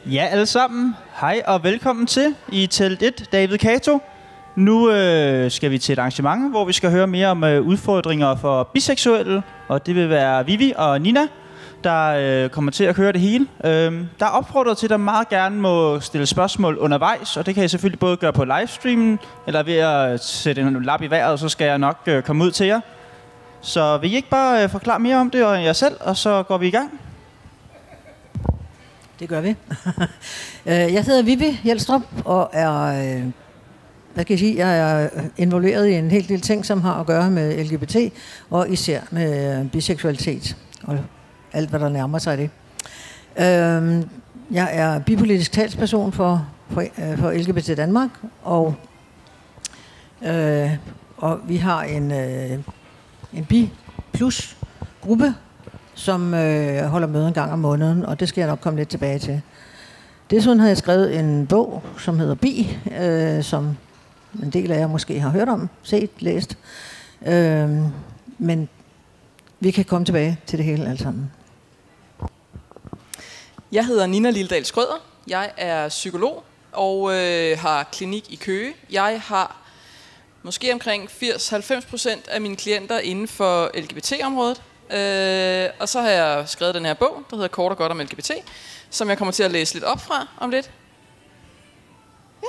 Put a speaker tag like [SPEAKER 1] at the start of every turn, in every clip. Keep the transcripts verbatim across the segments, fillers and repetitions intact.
[SPEAKER 1] Ja, alle sammen. Hej og velkommen til i Telt et, David Kato. Nu øh, skal vi til et arrangement, hvor vi skal høre mere om øh, udfordringer for biseksuelle, og det vil være Vivi og Nina, der øh, kommer til at køre det hele. Øh, der er opfordret til, at der meget gerne må stille spørgsmål undervejs, og det kan I selvfølgelig både gøre på livestreamen, eller ved at sætte en lap i vejret, så skal jeg nok øh, komme ud til jer. Så vil I ikke bare øh, forklare mere om det og jer selv, og så går vi i gang?
[SPEAKER 2] Det gør vi. Jeg hedder Vivi Jelstrup og er, hvad kan jeg sige, jeg er involveret i en hel del ting, som har at gøre med L G B T, og især med biseksualitet og alt, hvad der nærmer sig det. Jeg er bipolitisk talsperson for, for, for L G B T Danmark, og, og vi har en, en bi-plus-gruppe, som øh, holder møde en gang om måneden, og det skal jeg nok komme lidt tilbage til. Desuden har jeg skrevet en bog, som hedder Bi, øh, som en del af jer måske har hørt om, set, læst. Øh, men vi kan komme tilbage til det hele alt sammen.
[SPEAKER 3] Jeg hedder Nina Lilledal Skrøder. Jeg er psykolog og øh, har klinik i Køge. Jeg har måske omkring firs til halvfems procent af mine klienter inden for L G B T-området. Øh, og så har jeg skrevet den her bog, der hedder Kort og godt om L G B T, som jeg kommer til at læse lidt op fra om lidt. Ja.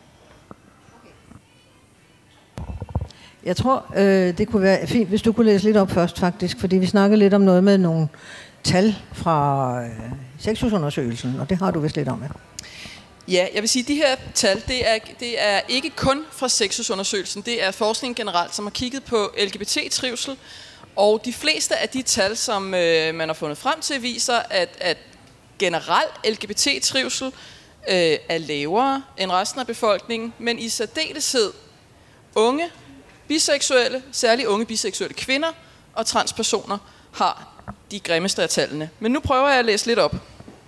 [SPEAKER 2] Jeg tror, øh, det kunne være fint, hvis du kunne læse lidt op først faktisk, fordi vi snakkede lidt om noget med nogle tal fra øh, sexusundersøgelsen, og det har du vist lidt om, ja.
[SPEAKER 3] Ja, jeg vil sige, at de her tal, det er, det er ikke kun fra sexusundersøgelsen, det er forskning generelt, som har kigget på L G B T-trivsel. Og de fleste af de tal, som øh, man har fundet frem til, viser, at, at generelt L G B T-trivsel øh, er lavere end resten af befolkningen, men i særdeleshed unge biseksuelle, særligt unge biseksuelle kvinder og transpersoner, har de grimmeste af tallene. Men nu prøver jeg at læse lidt op.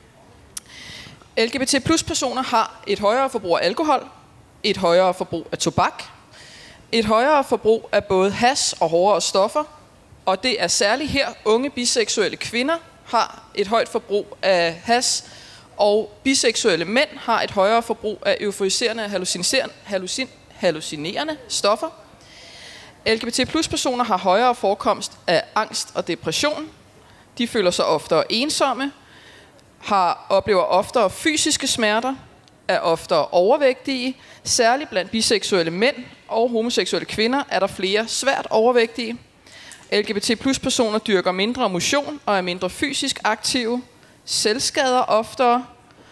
[SPEAKER 3] L G B T plus personer har et højere forbrug af alkohol, et højere forbrug af tobak, et højere forbrug af både hash og hårdere stoffer, og det er særligt her, unge biseksuelle kvinder har et højt forbrug af hash, og biseksuelle mænd har et højere forbrug af euforiserende og hallucin- hallucinerende stoffer. L G B T plus personer har højere forekomst af angst og depression. De føler sig oftere ensomme, har, oplever oftere fysiske smerter, er oftere overvægtige. Særligt blandt biseksuelle mænd og homoseksuelle kvinder er der flere svært overvægtige. L G B T plus personer dyrker mindre motion og er mindre fysisk aktive. Selvskader oftere.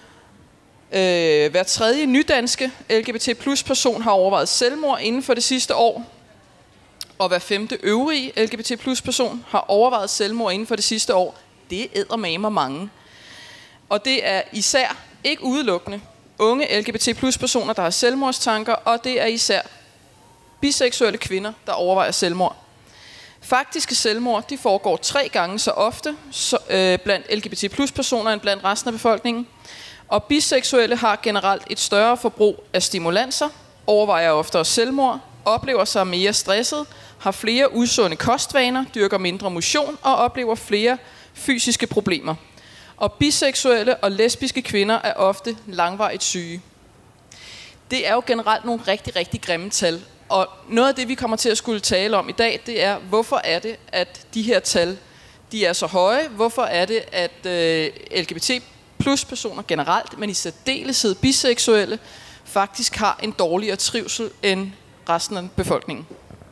[SPEAKER 3] Øh, hver tredje nydanske L G B T plus person har overvejet selvmord inden for det sidste år. Og hver femte øvrige L G B T plus person har overvejet selvmord inden for det sidste år. Det er eddermame mange. Og det er især ikke udelukkende unge L G B T plus personer, der har selvmordstanker, og det er især biseksuelle kvinder, der overvejer selvmord. Faktiske selvmord, de foregår tre gange så ofte så, øh, blandt L G B T plus personer end blandt resten af befolkningen. Og biseksuelle har generelt et større forbrug af stimulanser, overvejer oftere selvmord, oplever sig mere stresset, har flere usunde kostvaner, dyrker mindre motion og oplever flere fysiske problemer. Og biseksuelle og lesbiske kvinder er ofte langvarigt syge. Det er jo generelt nogle rigtig, rigtig grimme tal. Og noget af det, vi kommer til at skulle tale om i dag, det er, hvorfor er det, at de her tal de er så høje? Hvorfor er det, at øh, L G B T plus personer generelt, men i særdeleshed biseksuelle, faktisk har en dårligere trivsel end resten af befolkningen?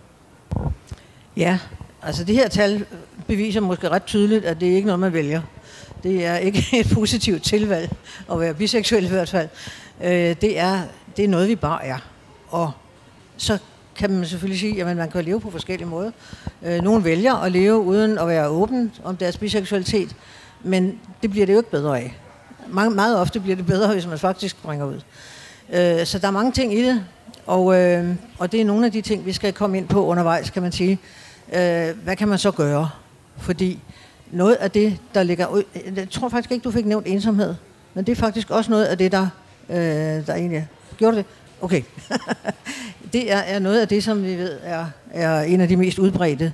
[SPEAKER 2] Ja, altså de her tal beviser måske ret tydeligt, at det ikke er noget, man vælger. Det er ikke et positivt tilvalg at være biseksuel i hvert fald. Det er, det er noget, vi bare er. Og så kan man selvfølgelig sige, at man kan leve på forskellige måder. Nogle vælger at leve uden at være åben om deres biseksualitet, men det bliver det jo ikke bedre af. Meget, meget ofte bliver det bedre, hvis man faktisk springer ud. Så der er mange ting i det, og, og det er nogle af de ting, vi skal komme ind på undervejs, kan man sige. Hvad kan man så gøre? Fordi noget af det, der ligger ud... Jeg tror faktisk ikke, du fik nævnt ensomhed, men det er faktisk også noget af det, der, øh, der egentlig... Gjorde det? Okay. Det er, er noget af det, som vi ved er, er en af de mest udbredte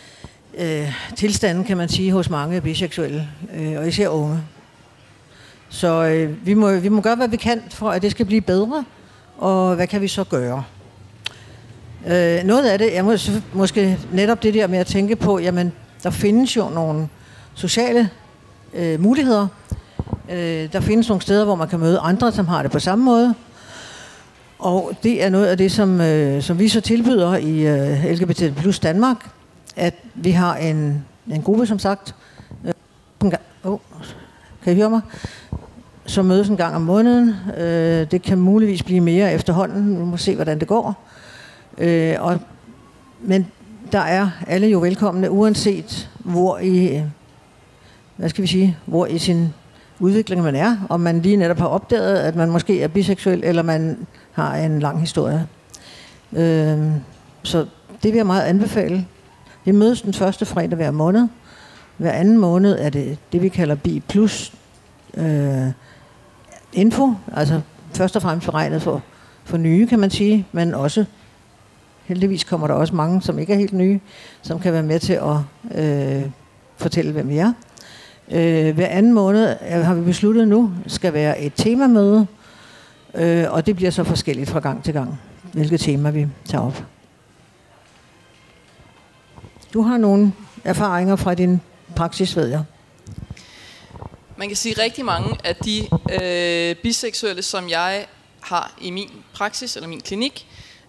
[SPEAKER 2] øh, tilstande, kan man sige, hos mange biseksuelle, øh, og især unge. Så øh, vi, må, vi må gøre, hvad vi kan, for at det skal blive bedre, og hvad kan vi så gøre? Øh, noget af det er mås- måske netop det der med at tænke på, jamen, der findes jo nogle sociale øh, muligheder. Øh, der findes nogle steder, hvor man kan møde andre, som har det på samme måde. Og det er noget af det, som, øh, som vi så tilbyder i øh, L G B T plus Danmark, at vi har en, en gruppe, som sagt, øh, oh, kan I høre mig? Som mødes en gang om måneden. Øh, det kan muligvis blive mere efterhånden. Vi må se, hvordan det går. Øh, og, men der er alle jo velkomne, uanset hvor i, hvad skal vi sige, hvor i sin udvikling man er, om man lige netop har opdaget, at man måske er biseksuel, eller man har en lang historie. Øh, så det vil jeg meget anbefale. Vi mødes den første fredag hver måned. Hver anden måned er det det, vi kalder Bi Plus øh, info, altså først og fremmest beregnet for, for nye, kan man sige, men også heldigvis kommer der også mange, som ikke er helt nye, som kan være med til at øh, fortælle, hvem vi er. Øh, hver anden måned har vi besluttet nu, skal være et temamøde, øh, og det bliver så forskelligt fra gang til gang, hvilke tema vi tager op. Du har nogle erfaringer fra din praksis, ved jeg.
[SPEAKER 3] Man kan sige, at rigtig mange af de øh, biseksuelle, som jeg har i min praksis eller min klinik,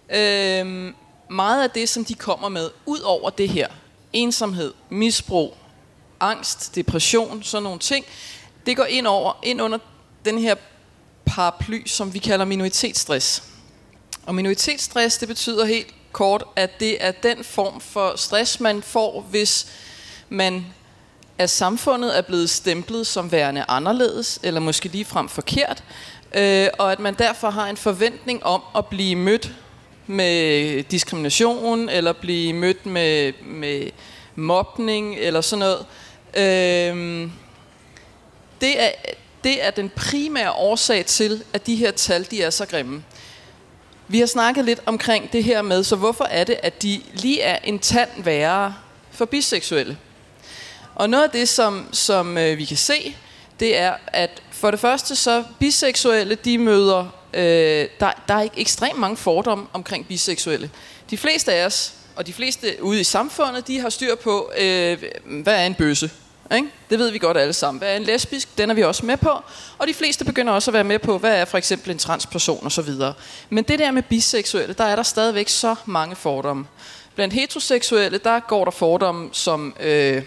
[SPEAKER 3] øh, meget af det, som de kommer med, ud over det her, ensomhed, misbrug, angst, depression, sådan nogle ting, det går ind over ind under den her paraply, som vi kalder minoritetsstress. Og minoritetsstress, det betyder helt kort, at det er den form for stress, man får, hvis man af samfundet er blevet stemplet som værende anderledes, eller måske ligefrem forkert, øh, og at man derfor har en forventning om at blive mødt med diskrimination, eller blive mødt med, med mobning, eller sådan noget. Øh, det, er, det er den primære årsag til, at de her tal, de er så grimme. Vi har snakket lidt omkring det her med, så hvorfor er det, at de lige er en tand værre for biseksuelle? Og noget af det, som, som øh, vi kan se, det er, at for det første så biseksuelle, de møder, øh, der, der er ikke ekstremt mange fordomme omkring biseksuelle. De fleste af os, og de fleste ude i samfundet, de har styr på, øh, hvad er en bøsse? Ikke? Det ved vi godt alle sammen. Hvad er en lesbisk? Den er vi også med på. Og de fleste begynder også at være med på, hvad er for eksempel en transperson osv. Men det der med biseksuelle, der er der stadigvæk så mange fordomme. Blandt heteroseksuelle, der går der fordomme som... Øh,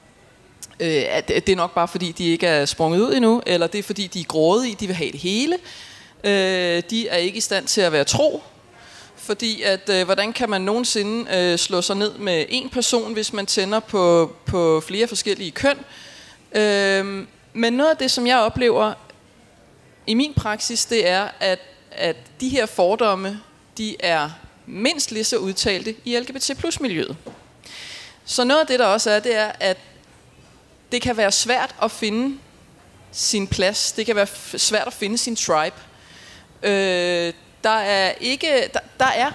[SPEAKER 3] Øh, at det er nok bare fordi de ikke er sprunget ud endnu, eller det er fordi de er grådige, de vil have det hele. Øh, de er ikke i stand til at være tro, fordi at øh, hvordan kan man nogensinde øh, slå sig ned med en person, hvis man tænder på, på flere forskellige køn. Øh, men noget af det, som jeg oplever i min praksis, det er, at, at de her fordomme, de er mindst lige så udtalte i L G B T plus miljøet. Så noget af det, der også er, det er, at det kan være svært at finde sin plads. Det kan være f- svært at finde sin tribe. Øh, der er ikke, der, der er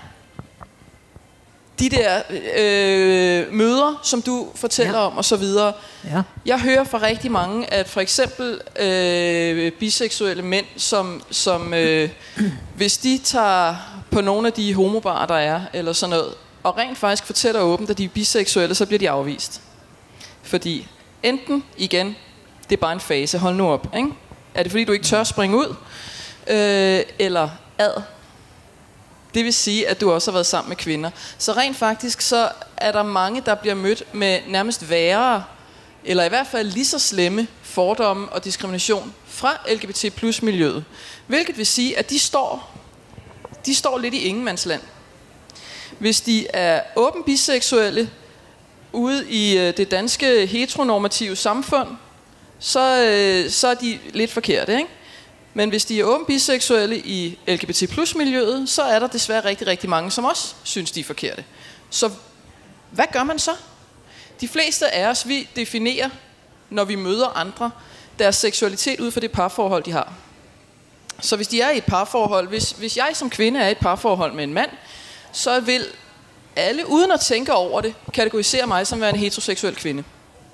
[SPEAKER 3] de der øh, møder, som du fortæller ja. om og så videre. Ja. Jeg hører fra rigtig mange, at for eksempel øh, biseksuelle mænd, som, som øh, hvis de tager på nogle af de homobarer, der er, eller sådan noget, og rent faktisk fortæller åbent, at de er biseksuelle, så bliver de afvist. Fordi enten, igen, det er bare en fase, hold nu op, ikke? Er det fordi, du ikke tør springe ud? Øh, eller ad. Det vil sige, at du også har været sammen med kvinder. Så rent faktisk, så er der mange, der bliver mødt med nærmest værre, eller i hvert fald lige så slemme fordomme og diskrimination fra L G B T plus miljøet. Hvilket vil sige, at de står, de står lidt i ingenmandsland. Hvis de er åben biseksuelle, ude i øh, det danske heteronormative samfund, så, øh, så er de lidt forkerte, ikke? Men hvis de er åbent biseksuelle i L G B T plus miljøet, så er der desværre rigtig, rigtig mange, som også synes, de er forkerte. Så hvad gør man så? De fleste af os, vi definerer, når vi møder andre, deres seksualitet ud fra det parforhold, de har. Så hvis de er i et parforhold, hvis, hvis jeg som kvinde er i et parforhold med en mand, så vil alle, uden at tænke over det, kategorisere mig som være en heteroseksuel kvinde.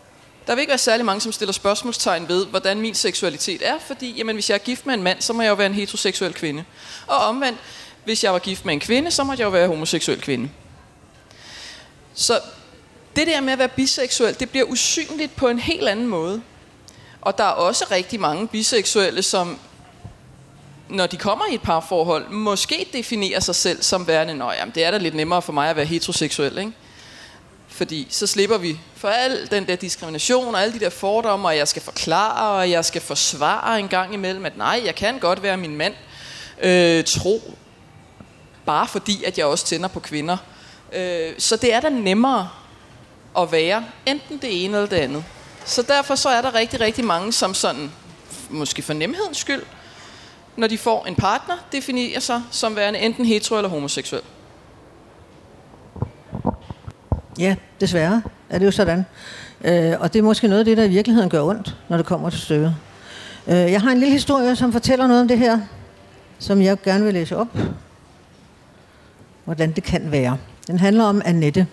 [SPEAKER 3] Der vil ikke være særlig mange, som stiller spørgsmålstegn ved, hvordan min seksualitet er, fordi jamen, hvis jeg er gift med en mand, så må jeg jo være en heteroseksuel kvinde. Og omvendt, hvis jeg var gift med en kvinde, så må jeg jo være homoseksuel kvinde. Så det der med at være biseksuel, det bliver usynligt på en helt anden måde. Og der er også rigtig mange biseksuelle, som, når de kommer i et parforhold, måske definerer sig selv som værende, nå jamen, det er da lidt nemmere for mig at være heteroseksuel, ikke? Fordi så slipper vi for al den der diskrimination og alle de der fordomme, og jeg skal forklare, og jeg skal forsvare en gang imellem, at nej, jeg kan godt være min mand øh, tro, bare fordi, at jeg også tænder på kvinder. Øh, så det er da nemmere at være enten det ene eller det andet. Så derfor så er der rigtig, rigtig mange, som sådan, måske for nemhedens skyld, når de får en partner, definerer sig som værende enten hetero eller homoseksuel.
[SPEAKER 2] Ja, desværre er det jo sådan. Øh, og det er måske noget af det, der i virkeligheden gør ondt, når det kommer til stykket. Øh, jeg har en lille historie, som fortæller noget om det her, som jeg gerne vil læse op. Hvordan det kan være. Den handler om Annette.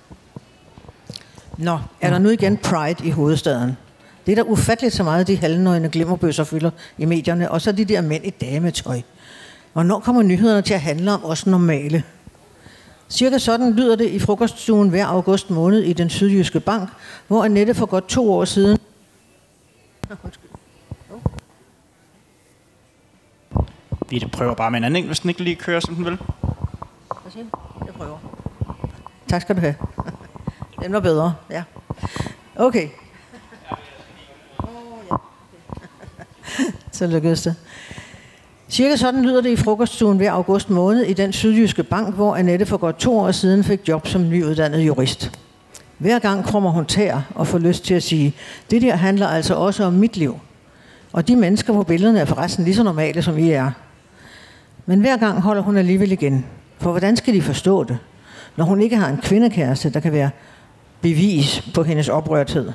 [SPEAKER 2] Nå, er der nu igen Pride i hovedstaden? Det er der ufatteligt så meget, de halvnøgne glimmerbøsser fylder i medierne, og så de der mænd i dametøj. Hvornår kommer nyhederne til at handle om os normale? Cirka sådan lyder det i frokoststuen hver august måned i den Sydjyske Bank, hvor Annette for godt to år siden...
[SPEAKER 1] Vi prøver bare med en anden, hvis den ikke lige kører, som den vil.
[SPEAKER 2] Hvad siger du? Jeg prøver. Tak skal du have. Den var bedre, ja. Okay. Så lykkedes det. Cirka sådan lyder det i frokoststuen hver august måned i den Sydjyske Bank, hvor Annette for godt to år siden fik job som nyuddannet jurist. Hver gang krummer hun tær og får lyst til at sige, det der handler altså også om mit liv. Og de mennesker på billederne er forresten lige så normale, som I er. Men hver gang holder hun alligevel igen. For hvordan skal de forstå det, når hun ikke har en kvindekæreste, der kan være bevis på hendes oprørthed?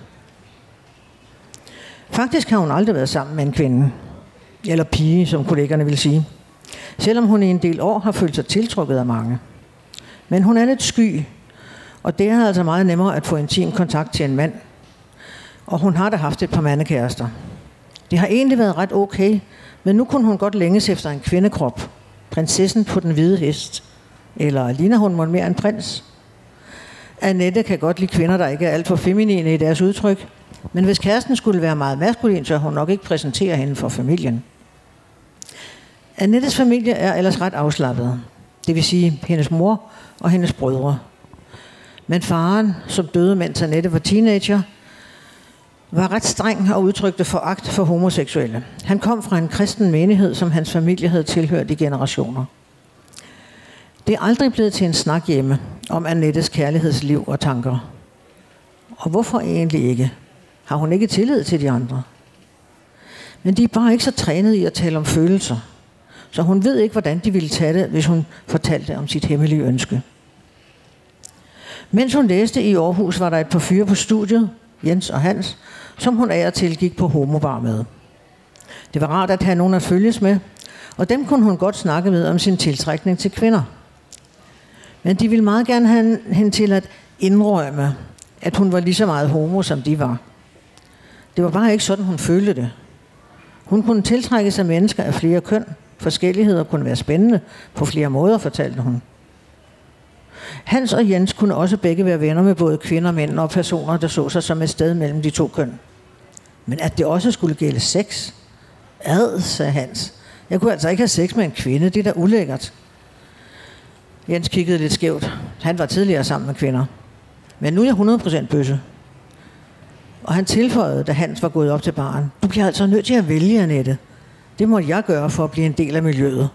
[SPEAKER 2] Faktisk har hun aldrig været sammen med en kvinde. Eller pige, som kollegerne vil sige. Selvom hun i en del år har følt sig tiltrukket af mange. Men hun er lidt sky, og det er altså meget nemmere at få intim kontakt til en mand. Og hun har da haft et par mandekærester. Det har egentlig været ret okay, men nu kunne hun godt længes efter en kvindekrop. Prinsessen på den hvide hest. Eller ligner hun måske mere en prins? Annette kan godt lide kvinder, der ikke er alt for feminine i deres udtryk. Men hvis kæresten skulle være meget maskulin, så hun nok ikke præsentere hende for familien. Annettes familie er ellers ret afslappet. Det vil sige hendes mor og hendes brødre. Men faren, som døde mens Annette var teenager, var ret streng og udtrykte foragt for homoseksuelle. Han kom fra en kristen menighed, som hans familie havde tilhørt i generationer. Det er aldrig blevet til en snak hjemme om Annettes kærlighedsliv og tanker. Og hvorfor egentlig ikke? Har hun ikke tillid til de andre? Men de er bare ikke så trænet i at tale om følelser. Så hun ved ikke, hvordan de ville tage det, hvis hun fortalte om sit hemmelige ønske. Mens hun læste i Aarhus, var der et par fyre på studiet, Jens og Hans, som hun af og til gik på homobar med. Det var rart at have nogen at følges med, og dem kunne hun godt snakke med om sin tiltrækning til kvinder. Men de ville meget gerne have hende til at indrømme, at hun var lige så meget homo, som de var. Det var bare ikke sådan, hun følte det. Hun kunne tiltrække sig mennesker af flere køn. Forskelligheder kunne være spændende på flere måder, fortalte hun. Hans og Jens kunne også begge være venner med både kvinder, mænd og personer, der så sig som et sted mellem de to køn. Men at det også skulle gælde sex? Ad, sagde Hans. Jeg kunne altså ikke have sex med en kvinde, det er da ulækkert. Jens kiggede lidt skævt. Han var tidligere sammen med kvinder. Men nu er jeg hundrede procent bøsse. Og han tilføjede, da Hans var gået op til baren. Du bliver altså nødt til at vælge, Annette. Det må jeg gøre for at blive en del af miljøet.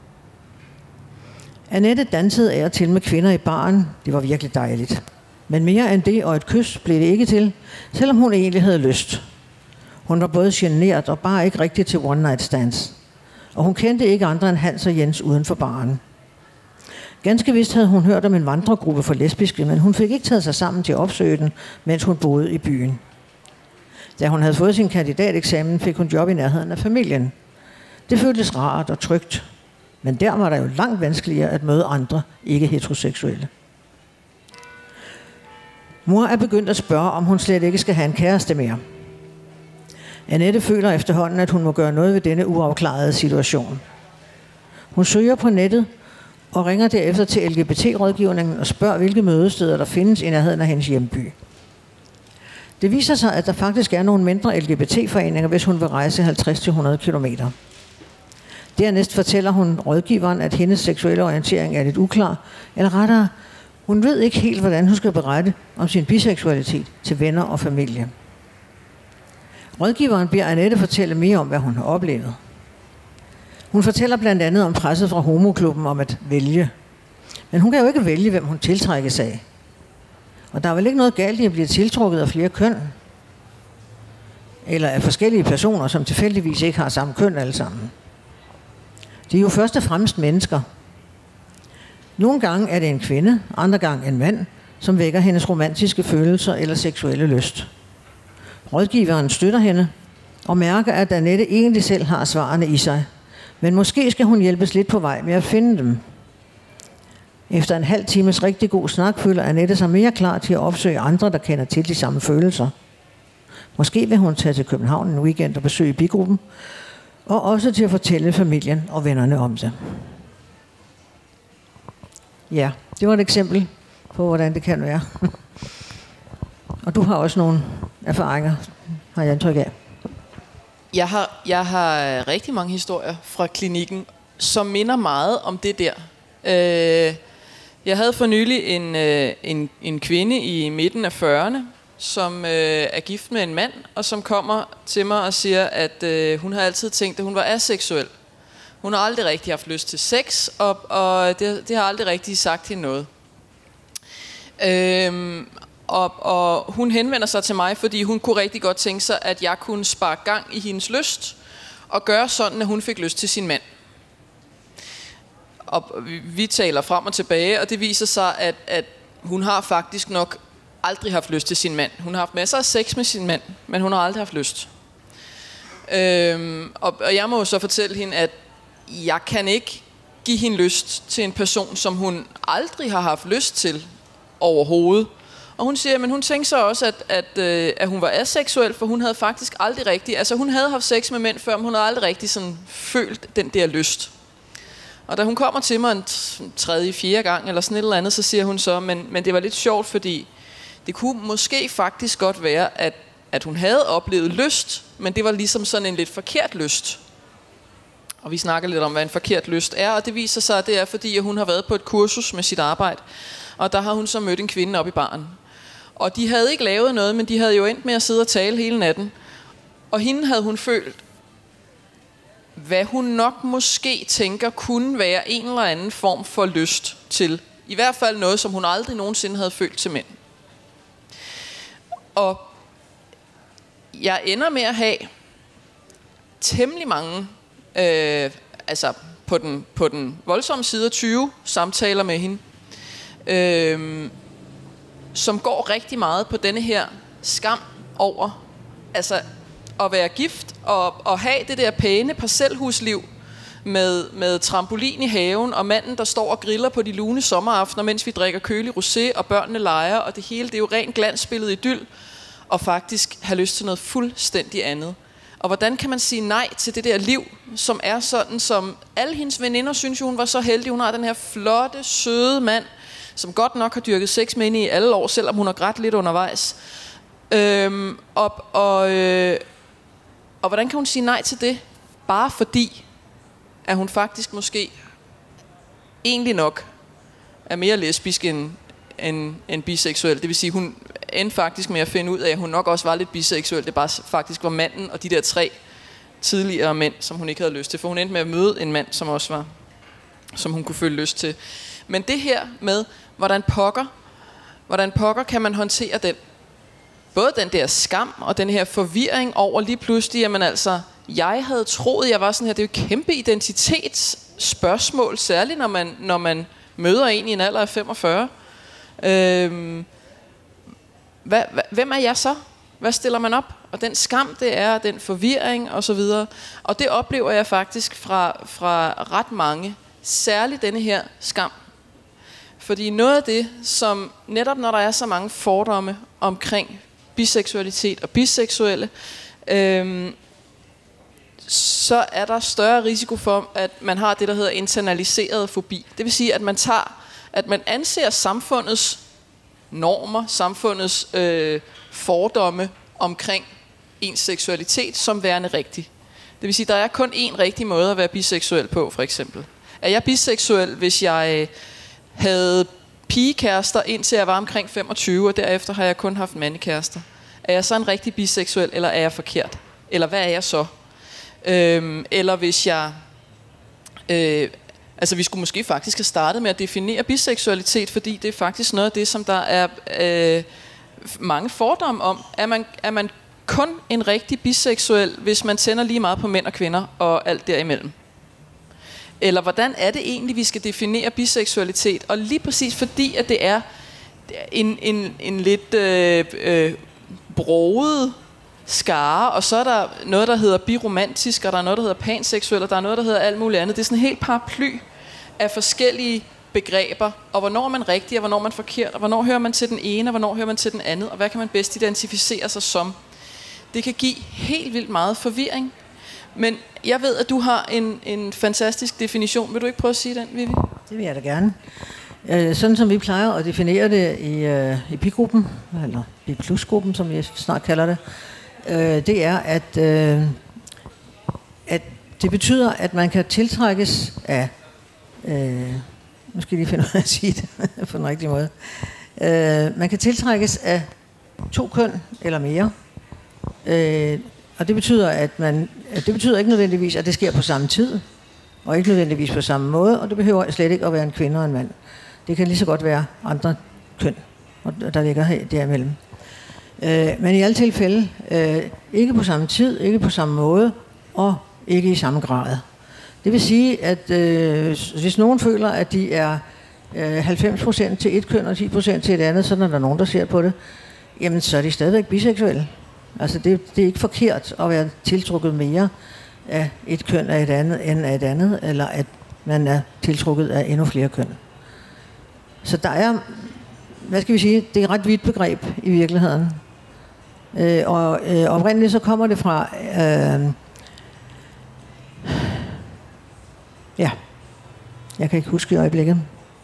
[SPEAKER 2] Annette dansede af og til med kvinder i baren. Det var virkelig dejligt. Men mere end det og et kys blev det ikke til, selvom hun egentlig havde lyst. Hun var både genert og bare ikke rigtig til one night stands. Og hun kendte ikke andre end Hans og Jens uden for baren. Ganske vist havde hun hørt om en vandregruppe for lesbiske, men hun fik ikke taget sig sammen til at opsøge den, mens hun boede i byen. Da hun havde fået sin kandidateksamen, fik hun job i nærheden af familien. Det føltes rart og trygt, men der var der jo langt vanskeligere at møde andre ikke heteroseksuelle. Mor er begyndt at spørge, om hun slet ikke skal have en kæreste mere. Annette føler efterhånden, at hun må gøre noget ved denne uafklarede situation. Hun søger på nettet og ringer derefter til L G B T-rådgivningen og spørger, hvilke mødesteder der findes i nærheden af hendes hjemby. Det viser sig, at der faktisk er nogle mindre L G B T-foreninger, hvis hun vil rejse halvtreds til hundrede kilometer. Dernæst fortæller hun rådgiveren, at hendes seksuelle orientering er lidt uklar, eller rettere, hun ved ikke helt, hvordan hun skal berette om sin biseksualitet til venner og familie. Rådgiveren beder Annette fortælle mere om, hvad hun har oplevet. Hun fortæller blandt andet om presset fra homoklubben om at vælge. Men hun kan jo ikke vælge, hvem hun tiltrækkes af. Og der er vel ikke noget galt i at blive tiltrukket af flere køn? Eller af forskellige personer, som tilfældigvis ikke har samme køn alle sammen. De er jo først og fremmest mennesker. Nogle gange er det en kvinde, andre gange en mand, som vækker hendes romantiske følelser eller seksuelle lyst. Rådgiveren støtter hende og mærker, at Annette egentlig selv har svarene i sig. Men måske skal hun hjælpes lidt på vej med at finde dem. Efter en halv times rigtig god snak føler Annette sig mere klar til at opsøge andre, der kender til de samme følelser. Måske vil hun tage til København en weekend og besøge bigruppen, og også til at fortælle familien og vennerne om det. Ja, det var et eksempel på, hvordan det kan være. Og du har også nogle erfaringer, har jeg indtryk af.
[SPEAKER 3] Jeg har, jeg har rigtig mange historier fra klinikken, som minder meget om det der. Øh, jeg havde for nylig en, øh, en, en kvinde i midten af fyrrerne, som øh, er gift med en mand, og som kommer til mig og siger, at øh, hun har altid tænkt, at hun var aseksuel. Hun har aldrig rigtig haft lyst til sex, og, og det, det har aldrig rigtig sagt hende noget. Øhm, og, og hun henvender sig til mig, fordi hun kunne rigtig godt tænke sig, at jeg kunne sparke gang i hendes lyst, og gøre sådan, at hun fik lyst til sin mand. Og vi, vi taler frem og tilbage, og det viser sig, at, at hun har faktisk nok aldrig haft lyst til sin mand. Hun har haft masser af sex med sin mand, men hun har aldrig haft lyst. Øhm, og, og jeg må jo så fortælle hende, at jeg kan ikke give hende lyst til en person, som hun aldrig har haft lyst til overhovedet. Og hun siger, men hun tænkte så også, at, at, øh, at hun var aseksuel, for hun havde faktisk aldrig rigtig, altså hun havde haft sex med mænd før, men hun havde aldrig rigtig sådan følt den der lyst. Og da hun kommer til mig en tredje, fjerde gang, eller sådan et eller andet, så siger hun så, men, men det var lidt sjovt, fordi det kunne måske faktisk godt være, at, at hun havde oplevet lyst, men det var ligesom sådan en lidt forkert lyst. Og vi snakker lidt om, hvad en forkert lyst er, og det viser sig, at det er, fordi hun har været på et kursus med sit arbejde, og der har hun så mødt en kvinde op i baren. Og de havde ikke lavet noget, men de havde jo endt med at sidde og tale hele natten. Og hende havde hun følt, hvad hun nok måske tænker kunne være en eller anden form for lyst til. I hvert fald noget, som hun aldrig nogensinde havde følt til mænd. Og jeg ender med at have temmelig mange, øh, altså på den, på den voldsomme side af tyve samtaler med hende, øh, som går rigtig meget på denne her skam over, altså at være gift og, og have det der pæne parcelhusliv med, med trampolin i haven og manden, der står og griller på de lune sommeraftener, mens vi drikker kølig rosé og børnene leger, og det hele, det er jo rent glansbillede idyl, og faktisk have lyst til noget fuldstændig andet. Og hvordan kan man sige nej til det der liv, som er sådan, som alle hendes veninder synes jo, hun var så heldig. Hun har den her flotte, søde mand, som godt nok har dyrket sex med hende i alle år, selvom hun har grædt lidt undervejs. Øhm, og, og, øh, og hvordan kan hun sige nej til det? Bare fordi, at hun faktisk måske egentlig nok er mere lesbisk end, end, end biseksuel. Det vil sige, hun endte faktisk med at finde ud af, at hun nok også var lidt biseksuel. Det bare faktisk var manden og de der tre tidligere mænd, som hun ikke havde lyst til. For hun endte med at møde en mand, som også var, som hun kunne føle lyst til. Men det her med, hvordan pokker, hvordan pokker kan man håndtere den? Både den der skam og den her forvirring over lige pludselig, jamen altså, jeg havde troet, jeg var sådan her, det er jo et kæmpe identitetsspørgsmål, særligt når man, når man møder en i en alder af femogfyrre. Øhm, hvad, hvad, hvem er jeg så? Hvad stiller man op? Og den skam, det er, den forvirring og så videre. Og det oplever jeg faktisk fra, fra ret mange, særligt denne her skam. Fordi noget af det, som netop når der er så mange fordomme omkring biseksualitet og biseksuelle, øhm, så er der større risiko for, at man har det, der hedder internaliseret fobi. Det vil sige, at man tager, at man anser samfundets normer, samfundets øh, fordomme omkring ens seksualitet som værende rigtig. Det vil sige, at der er kun én rigtig måde at være biseksuel på, for eksempel. Er jeg biseksuel, hvis jeg havde pigekærester, indtil jeg var omkring femogtyve, og derefter har jeg kun haft mandekærester? Er jeg så en rigtig biseksuel, eller er jeg forkert? Eller hvad er jeg så? Øhm, eller hvis jeg... Øh, altså, vi skulle måske faktisk have startet med at definere biseksualitet, fordi det er faktisk noget af det, som der er øh, mange fordomme om. Er man, er man kun en rigtig biseksuel, hvis man tænder lige meget på mænd og kvinder og alt derimellem? Eller hvordan er det egentlig, vi skal definere biseksualitet? Og lige præcis fordi, at det er en, en, en lidt øh, øh, broget skare, og så er der noget, der hedder biromantisk, og der er noget, der hedder panseksuel, og der er noget, der hedder alt muligt andet. Det er sådan en helt paraply af forskellige begreber, og hvornår er man rigtig, og hvornår er man forkert, og hvornår hører man til den ene, og hvornår hører man til den anden, og hvad kan man bedst identificere sig som? Det kan give helt vildt meget forvirring. Men jeg ved, at du har en, en fantastisk definition. Vil du ikke prøve at sige den, Vivi?
[SPEAKER 2] Det vil jeg da gerne. Øh, sådan som vi plejer at definere det i, øh, i Pi-gruppen, eller Pi-plus-gruppen, som vi snart kalder det, øh, det er, at, øh, at det betyder, at man kan tiltrækkes af... Øh, nu skal jeg lige finde ud af at sige det på den rigtige måde. Øh, man kan tiltrækkes af to køn eller mere. Øh, og det betyder, at man, at det betyder ikke nødvendigvis, at det sker på samme tid, og ikke nødvendigvis på samme måde, og det behøver slet ikke at være en kvinde og en mand. Det kan lige så godt være andre køn, der ligger her derimellem. Øh, men i alle tilfælde, øh, ikke på samme tid, ikke på samme måde, og ikke i samme grad. Det vil sige, at øh, hvis nogen føler, at de er øh, halvfems procent til et køn og ti procent til et andet, så er der nogen, der ser på det, jamen så er de stadigvæk biseksuelle. Altså det, det er ikke forkert at være tiltrukket mere af et køn af et andet end af et andet, eller at man er tiltrukket af endnu flere køn. Så der er, hvad skal vi sige, det er et ret vidt begreb i virkeligheden. Øh, og øh, oprindeligt så kommer det fra, øh, ja, jeg kan ikke huske i øjeblikket.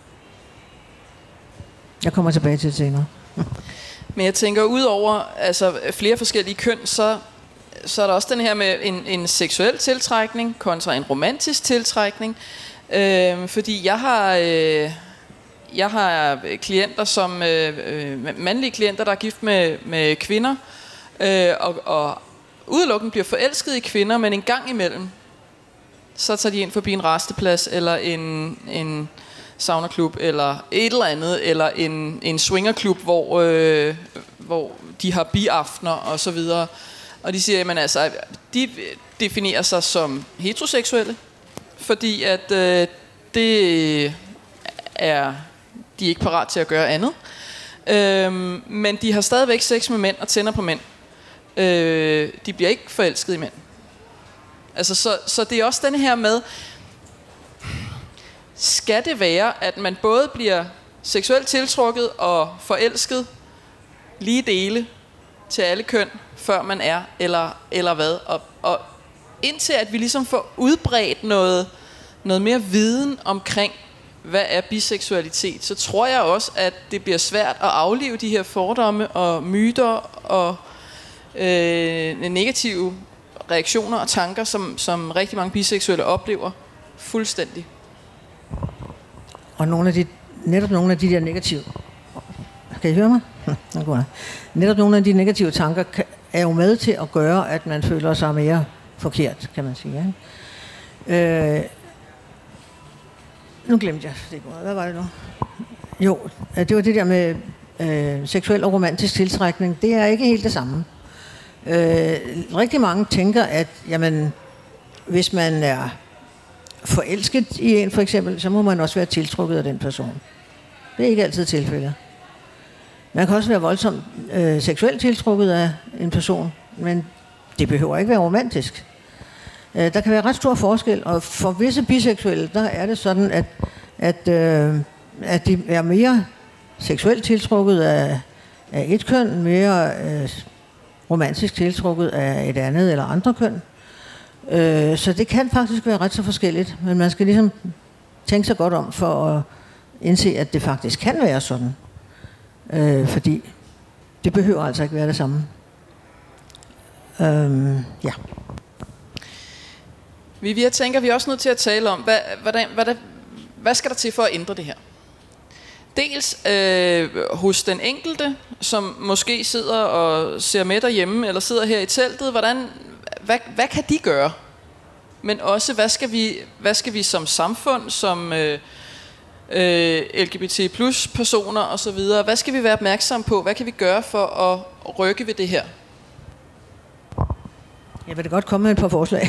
[SPEAKER 2] Jeg kommer tilbage til det senere.
[SPEAKER 3] Men jeg tænker, ud over altså, flere forskellige køn, så, så er der også den her med en, en seksuel tiltrækning kontra en romantisk tiltrækning. Øh, fordi jeg har, øh, jeg har klienter, som øh, mandlige klienter, der er gift med, med kvinder, øh, og, og udelukkende bliver forelsket i kvinder, men en gang imellem, så tager de ind forbi en rasteplads eller en... en saunaklub eller et eller andet, eller en, en swingerklub, hvor, øh, hvor de har biaftener og så videre. Og de siger, at altså, de definerer sig som heteroseksuelle, fordi at øh, det er de er ikke parat til at gøre andet. Øh, men de har stadigvæk sex med mænd og tænder på mænd. Øh, de bliver ikke forelsket i mænd. Altså, så, så det er også den her med, skal det være, at man både bliver seksuelt tiltrukket og forelsket lige dele til alle køn, før man er, eller, eller hvad? Og, og indtil at vi ligesom får udbredt noget, noget mere viden omkring, hvad er biseksualitet, så tror jeg også, at det bliver svært at aflive de her fordomme og myter og øh, negative reaktioner og tanker, som, som rigtig mange biseksuelle oplever fuldstændig.
[SPEAKER 2] Og nogle af de, netop nogle af de der negative... Kan I høre mig? Netop nogle af de negative tanker er jo med til at gøre, at man føler sig mere forkert, kan man sige. Ikke? Øh, nu glemte jeg det. Hvad var det nu? Jo, det var det der med øh, seksuel og romantisk tiltrækning. Det er ikke helt det samme. Øh, rigtig mange tænker, at jamen, hvis man er forelsket i en for eksempel, så må man også være tiltrukket af den person. Det er ikke altid tilfældet. Man kan også være voldsomt øh, seksuelt tiltrukket af en person, men det behøver ikke være romantisk. Øh, der kan være ret stor forskel, og for visse biseksuelle, der er det sådan, at, at øh, at de er mere seksuelt tiltrukket af, af et køn, mere øh, romantisk tiltrukket af et andet eller andre køn. Øh, så det kan faktisk være ret så forskelligt, men man skal ligesom tænke sig godt om for at indse, at det faktisk kan være sådan. Øh, fordi det behøver altså ikke være det samme. Øh, ja.
[SPEAKER 3] Vivi, jeg tænker, vi er også nødt til at tale om, hvad, hvordan, hvad, der, hvad skal der til for at ændre det her? Dels øh, hos den enkelte, som måske sidder og ser med derhjemme, eller sidder her i teltet, hvordan, hvad, hvad kan de gøre? Men også, hvad skal vi, hvad skal vi som samfund, som øh, øh, L G B T plus personer osv., hvad skal vi være opmærksomme på? Hvad kan vi gøre for at rykke ved det her?
[SPEAKER 2] Jeg vil da godt komme med et par forslag.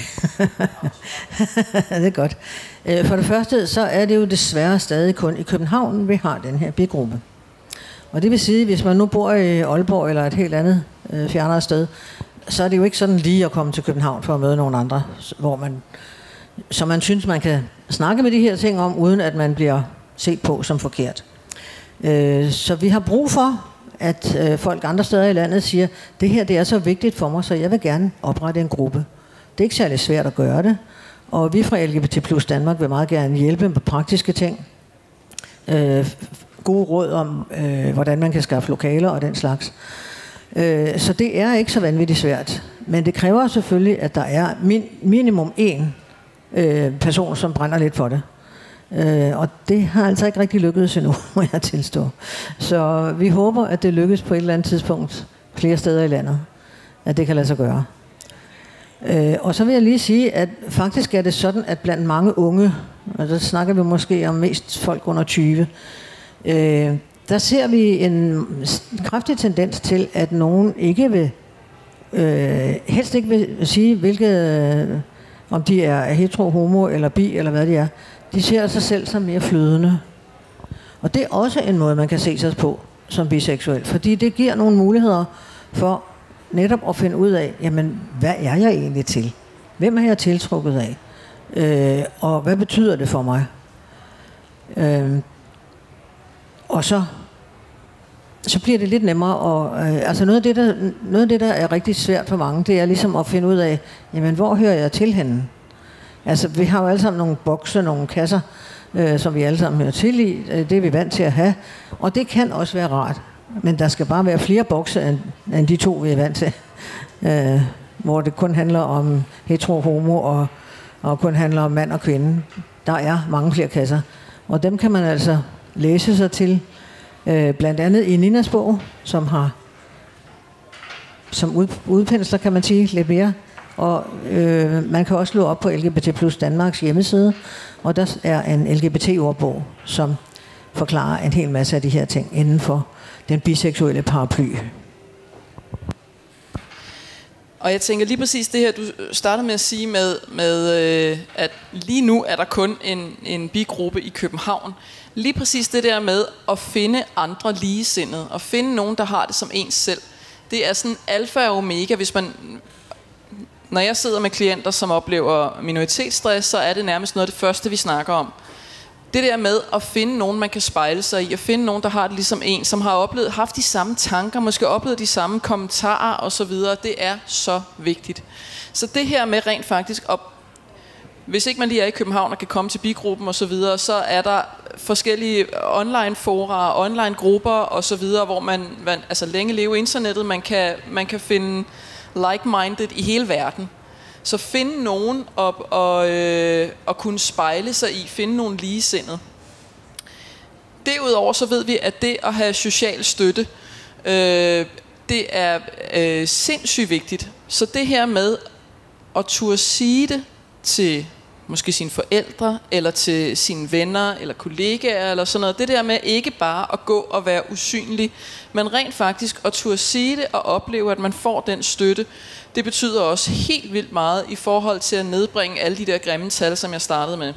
[SPEAKER 2] Det er godt. For det første, så er det jo desværre stadig kun i København, vi har den her bigruppe. Og det vil sige, hvis man nu bor i Aalborg eller et helt andet øh, fjernere sted, så er det jo ikke sådan lige at komme til København for at møde nogle andre, hvor man, så man synes, man kan snakke med de her ting om, uden at man bliver set på som forkert. Øh, så vi har brug for, at øh, folk andre steder i landet siger, det her det er så vigtigt for mig, så jeg vil gerne oprette en gruppe. Det er ikke særlig svært at gøre det, og vi fra L G B T plus Danmark vil meget gerne hjælpe med praktiske ting. Øh, gode råd om, øh, hvordan man kan skaffe lokaler og den slags. Øh, så det er ikke så vanvittigt svært, men det kræver selvfølgelig, at der er min, minimum én øh, person, som brænder lidt for det. Øh, og det har altså ikke rigtig lykkedes endnu, må jeg tilstå. Så vi håber, at det lykkes på et eller andet tidspunkt flere steder i landet, at det kan lade sig gøre. Øh, og så vil jeg lige sige, at faktisk er det sådan, at blandt mange unge, og der snakker vi måske om mest folk under tyve, øh, der ser vi en kraftig tendens til, at nogen ikke vil, øh, helst ikke vil sige, hvilket, øh, om de er hetero, homo eller bi, eller hvad de er. De ser sig selv som mere flydende. Og det er også en måde, man kan se sig på som biseksuel, fordi det giver nogle muligheder for netop at finde ud af, jamen, hvad er jeg egentlig til? Hvem er jeg tiltrukket af? Øh, og hvad betyder det for mig? Øh, og så, så bliver det lidt nemmere. Og, øh, altså noget af, det, der, noget af det, der er rigtig svært for mange, det er ligesom at finde ud af, jamen, hvor hører jeg til henne? Altså, vi har jo alle sammen nogle bokse, nogle kasser, øh, som vi alle sammen hører til i. Det er vi vant til at have. Og det kan også være rart. Men der skal bare være flere bokse, end, end de to, vi er vant til. Øh, hvor det kun handler om hetero, homo og, og kun handler om mand og kvinde. Der er mange flere kasser. Og dem kan man altså læse sig til. Øh, blandt andet i Ninas bog, som har som ud, udpensler, kan man sige, lidt mere. Og øh, man kan også slå op på L G B T plus Danmarks hjemmeside, og der er en L G B T-ordbog, som forklarer en hel masse af de her ting inden for den biseksuelle paraply.
[SPEAKER 3] Og jeg tænker lige præcis det her, du startede med at sige med, med øh, at lige nu er der kun en, en bigruppe i København. Lige præcis det der med at finde andre ligesindede, og finde nogen, der har det som ens selv. Det er sådan alfa og omega, hvis man... Når jeg sidder med klienter, som oplever minoritetsstress, så er det nærmest noget af det første, vi snakker om. Det der med at finde nogen, man kan spejle sig i, at finde nogen, der har det ligesom en, som har oplevet, haft de samme tanker, måske oplevet de samme kommentarer osv., det er så vigtigt. Så det her med rent faktisk, at hvis ikke man lige er i København og kan komme til bigruppen osv., så er der forskellige online fora, online grupper osv., hvor man, man altså længe leve internettet, man kan, man kan finde like-minded i hele verden. Så finde nogen og, og, øh, og kunne spejle sig i, finde nogen ligesindede. Derudover så ved vi, at det at have social støtte, øh, det er øh, sindssygt vigtigt. Så det her med at turde sige det til måske sine forældre, eller til sine venner, eller kollegaer, eller sådan noget. Det der med ikke bare at gå og være usynlig, men rent faktisk at turde sige det og opleve, at man får den støtte. Det betyder også helt vildt meget i forhold til at nedbringe alle de der grimme tal, som jeg startede med.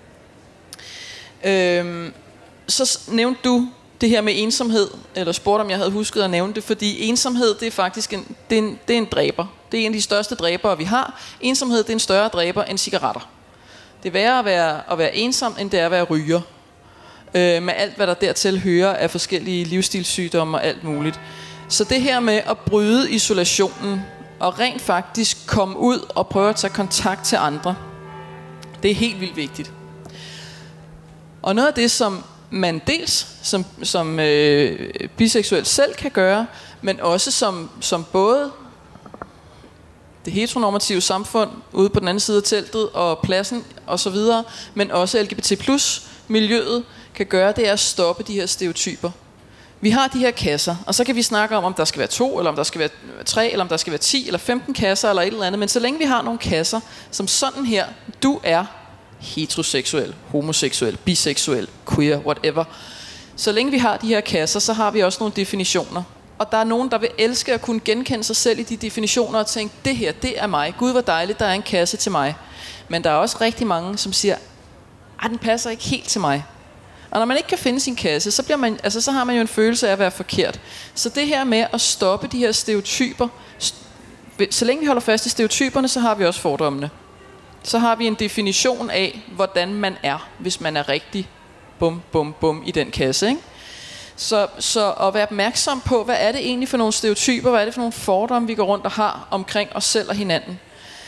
[SPEAKER 3] Øhm, så nævnte du det her med ensomhed, eller spurgte om jeg havde husket at nævne det, fordi ensomhed, det er faktisk en, det er en, det er en dræber. Det er en af de største dræbere, vi har. Ensomhed, det er en større dræber end cigaretter. Det er værre at være, at være ensom, end det er at være ryger. øh, med alt, hvad der dertil hører af forskellige livsstilssygdomme og alt muligt. Så det her med at bryde isolationen og rent faktisk komme ud og prøve at tage kontakt til andre, det er helt vildt vigtigt. Og noget af det, som man dels som, som øh, biseksuel selv kan gøre, men også som, som både det heteronormative samfund ude på den anden side af teltet og pladsen og så videre, men også L G B T plus miljøet kan gøre, det er at stoppe de her stereotyper. Vi har de her kasser, og så kan vi snakke om, om der skal være to, eller om der skal være tre, eller om der skal være ti, eller femten kasser, eller et eller andet. Men så længe vi har nogle kasser, som sådan her, du er heteroseksuel, homoseksuel, biseksuel, queer, whatever. Så længe vi har de her kasser, så har vi også nogle definitioner. Og der er nogen, der vil elske at kunne genkende sig selv i de definitioner og tænke, det her, det er mig. Gud, hvor dejligt, der er en kasse til mig. Men der er også rigtig mange, som siger, ej, den passer ikke helt til mig. Og når man ikke kan finde sin kasse, så, bliver man, altså, så har man jo en følelse af at være forkert. Så det her med at stoppe de her stereotyper, så længe vi holder fast i stereotyperne, så har vi også fordommene. Så har vi en definition af, hvordan man er, hvis man er rigtig bum, bum, bum i den kasse, ikke? Så, så at være opmærksom på, hvad er det egentlig for nogle stereotyper, hvad er det for nogle fordomme, vi går rundt og har omkring os selv og hinanden.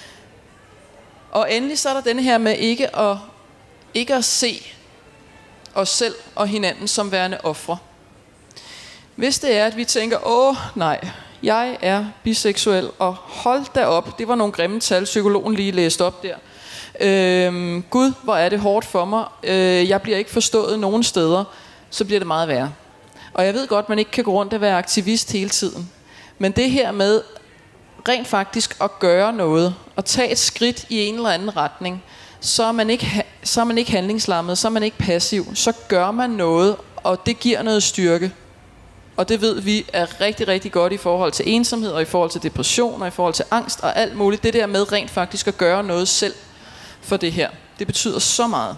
[SPEAKER 3] Og endelig så er der denne her med ikke at, ikke at se os selv og hinanden som værende ofre. Hvis det er, at vi tænker, åh nej, jeg er biseksuel, og hold da op, det var nogle grimme tal, psykologen lige læste op der. Øhm, Gud, hvor er det hårdt for mig, øh, jeg bliver ikke forstået nogen steder, så bliver det meget værre. Og jeg ved godt, man ikke kan gå rundt og være aktivist hele tiden. Men det her med rent faktisk at gøre noget, og tage et skridt i en eller anden retning, så er man ikke, så er man ikke handlingslammet, så er man ikke passiv. Så gør man noget, og det giver noget styrke. Og det ved vi er rigtig, rigtig godt i forhold til ensomhed, og i forhold til depression, og i forhold til angst, og alt muligt. Det der med rent faktisk at gøre noget selv for det her, det betyder så meget.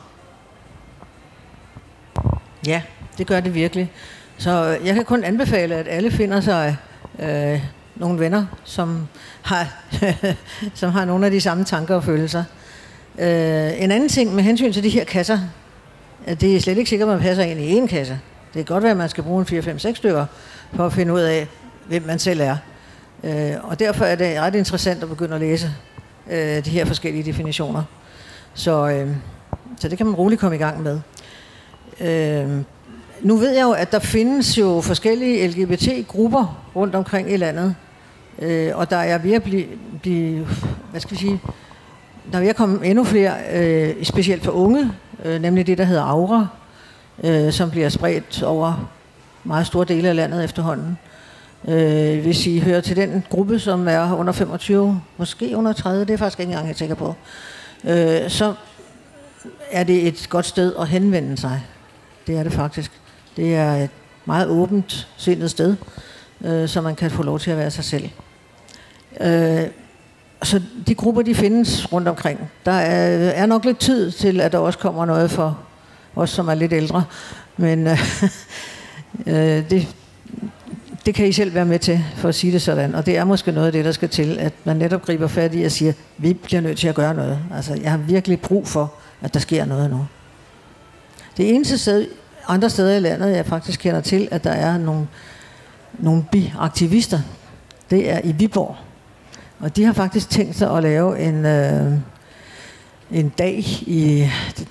[SPEAKER 2] Ja, det gør det virkelig. Så jeg kan kun anbefale, at alle finder sig øh, nogle venner, som har, som har nogle af de samme tanker og følelser. Øh, en anden ting med hensyn til de her kasser, at det er slet ikke sikkert, at man passer ind i én kasse. Det kan godt være, at man skal bruge en fire fem seks stykker for at finde ud af, hvem man selv er. Øh, og derfor er det ret interessant at begynde at læse øh, de her forskellige definitioner. Så, øh, så det kan man roligt komme i gang med. Øh, nu ved jeg jo, at der findes jo forskellige L G B T-grupper rundt omkring i landet. Øh, og der er ved at blive, blive, hvad skal vi sige, der er ved at komme endnu flere, øh, specielt for unge, øh, nemlig det, der hedder Aura, øh, som bliver spredt over meget store dele af landet efterhånden. Øh, hvis I hører til den gruppe, som er under femogtyve, måske under tredive, det er faktisk ikke engang jeg tænker på, øh, så er det et godt sted at henvende sig. Det er det faktisk. Det er et meget åbent sindet sted, øh, så man kan få lov til at være sig selv. Øh, så de grupper, de findes rundt omkring. Der er, er nok lidt tid til, at der også kommer noget for os, som er lidt ældre. Men øh, øh, det, det kan I selv være med til, for at sige det sådan. Og det er måske noget af det, der skal til, at man netop griber fat i og siger, vi bliver nødt til at gøre noget. Altså, jeg har virkelig brug for, at der sker noget nu. Det eneste sted, andre steder i landet, jeg faktisk kender til, at der er nogle, nogle bi-aktivister, det er i Viborg. Og de har faktisk tænkt sig at lave en, øh, en dag i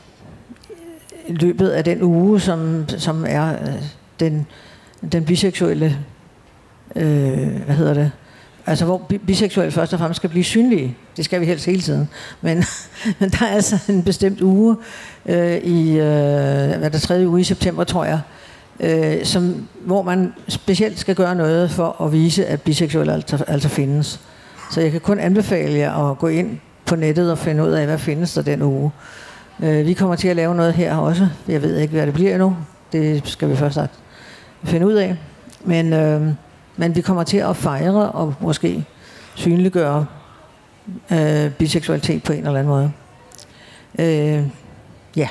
[SPEAKER 2] løbet af den uge, som, som er øh, den, den biseksuelle, øh, hvad hedder det, altså hvor biseksuelle først og fremmest skal blive synlige. Det skal vi helst hele tiden. Men, men der er altså en bestemt uge øh, i, øh, hvad der tredje uge i september, tror jeg, øh, som, hvor man specielt skal gøre noget for at vise, at biseksuelle altså, altså findes. Så jeg kan kun anbefale jer at gå ind på nettet og finde ud af, hvad findes der den uge. Øh, vi kommer til at lave noget her også. Jeg ved ikke, hvad det bliver endnu. Det skal vi først finde ud af. Men, øh, men vi kommer til at fejre og måske synliggøre øh, biseksualitet på en eller anden måde. Øh, ja.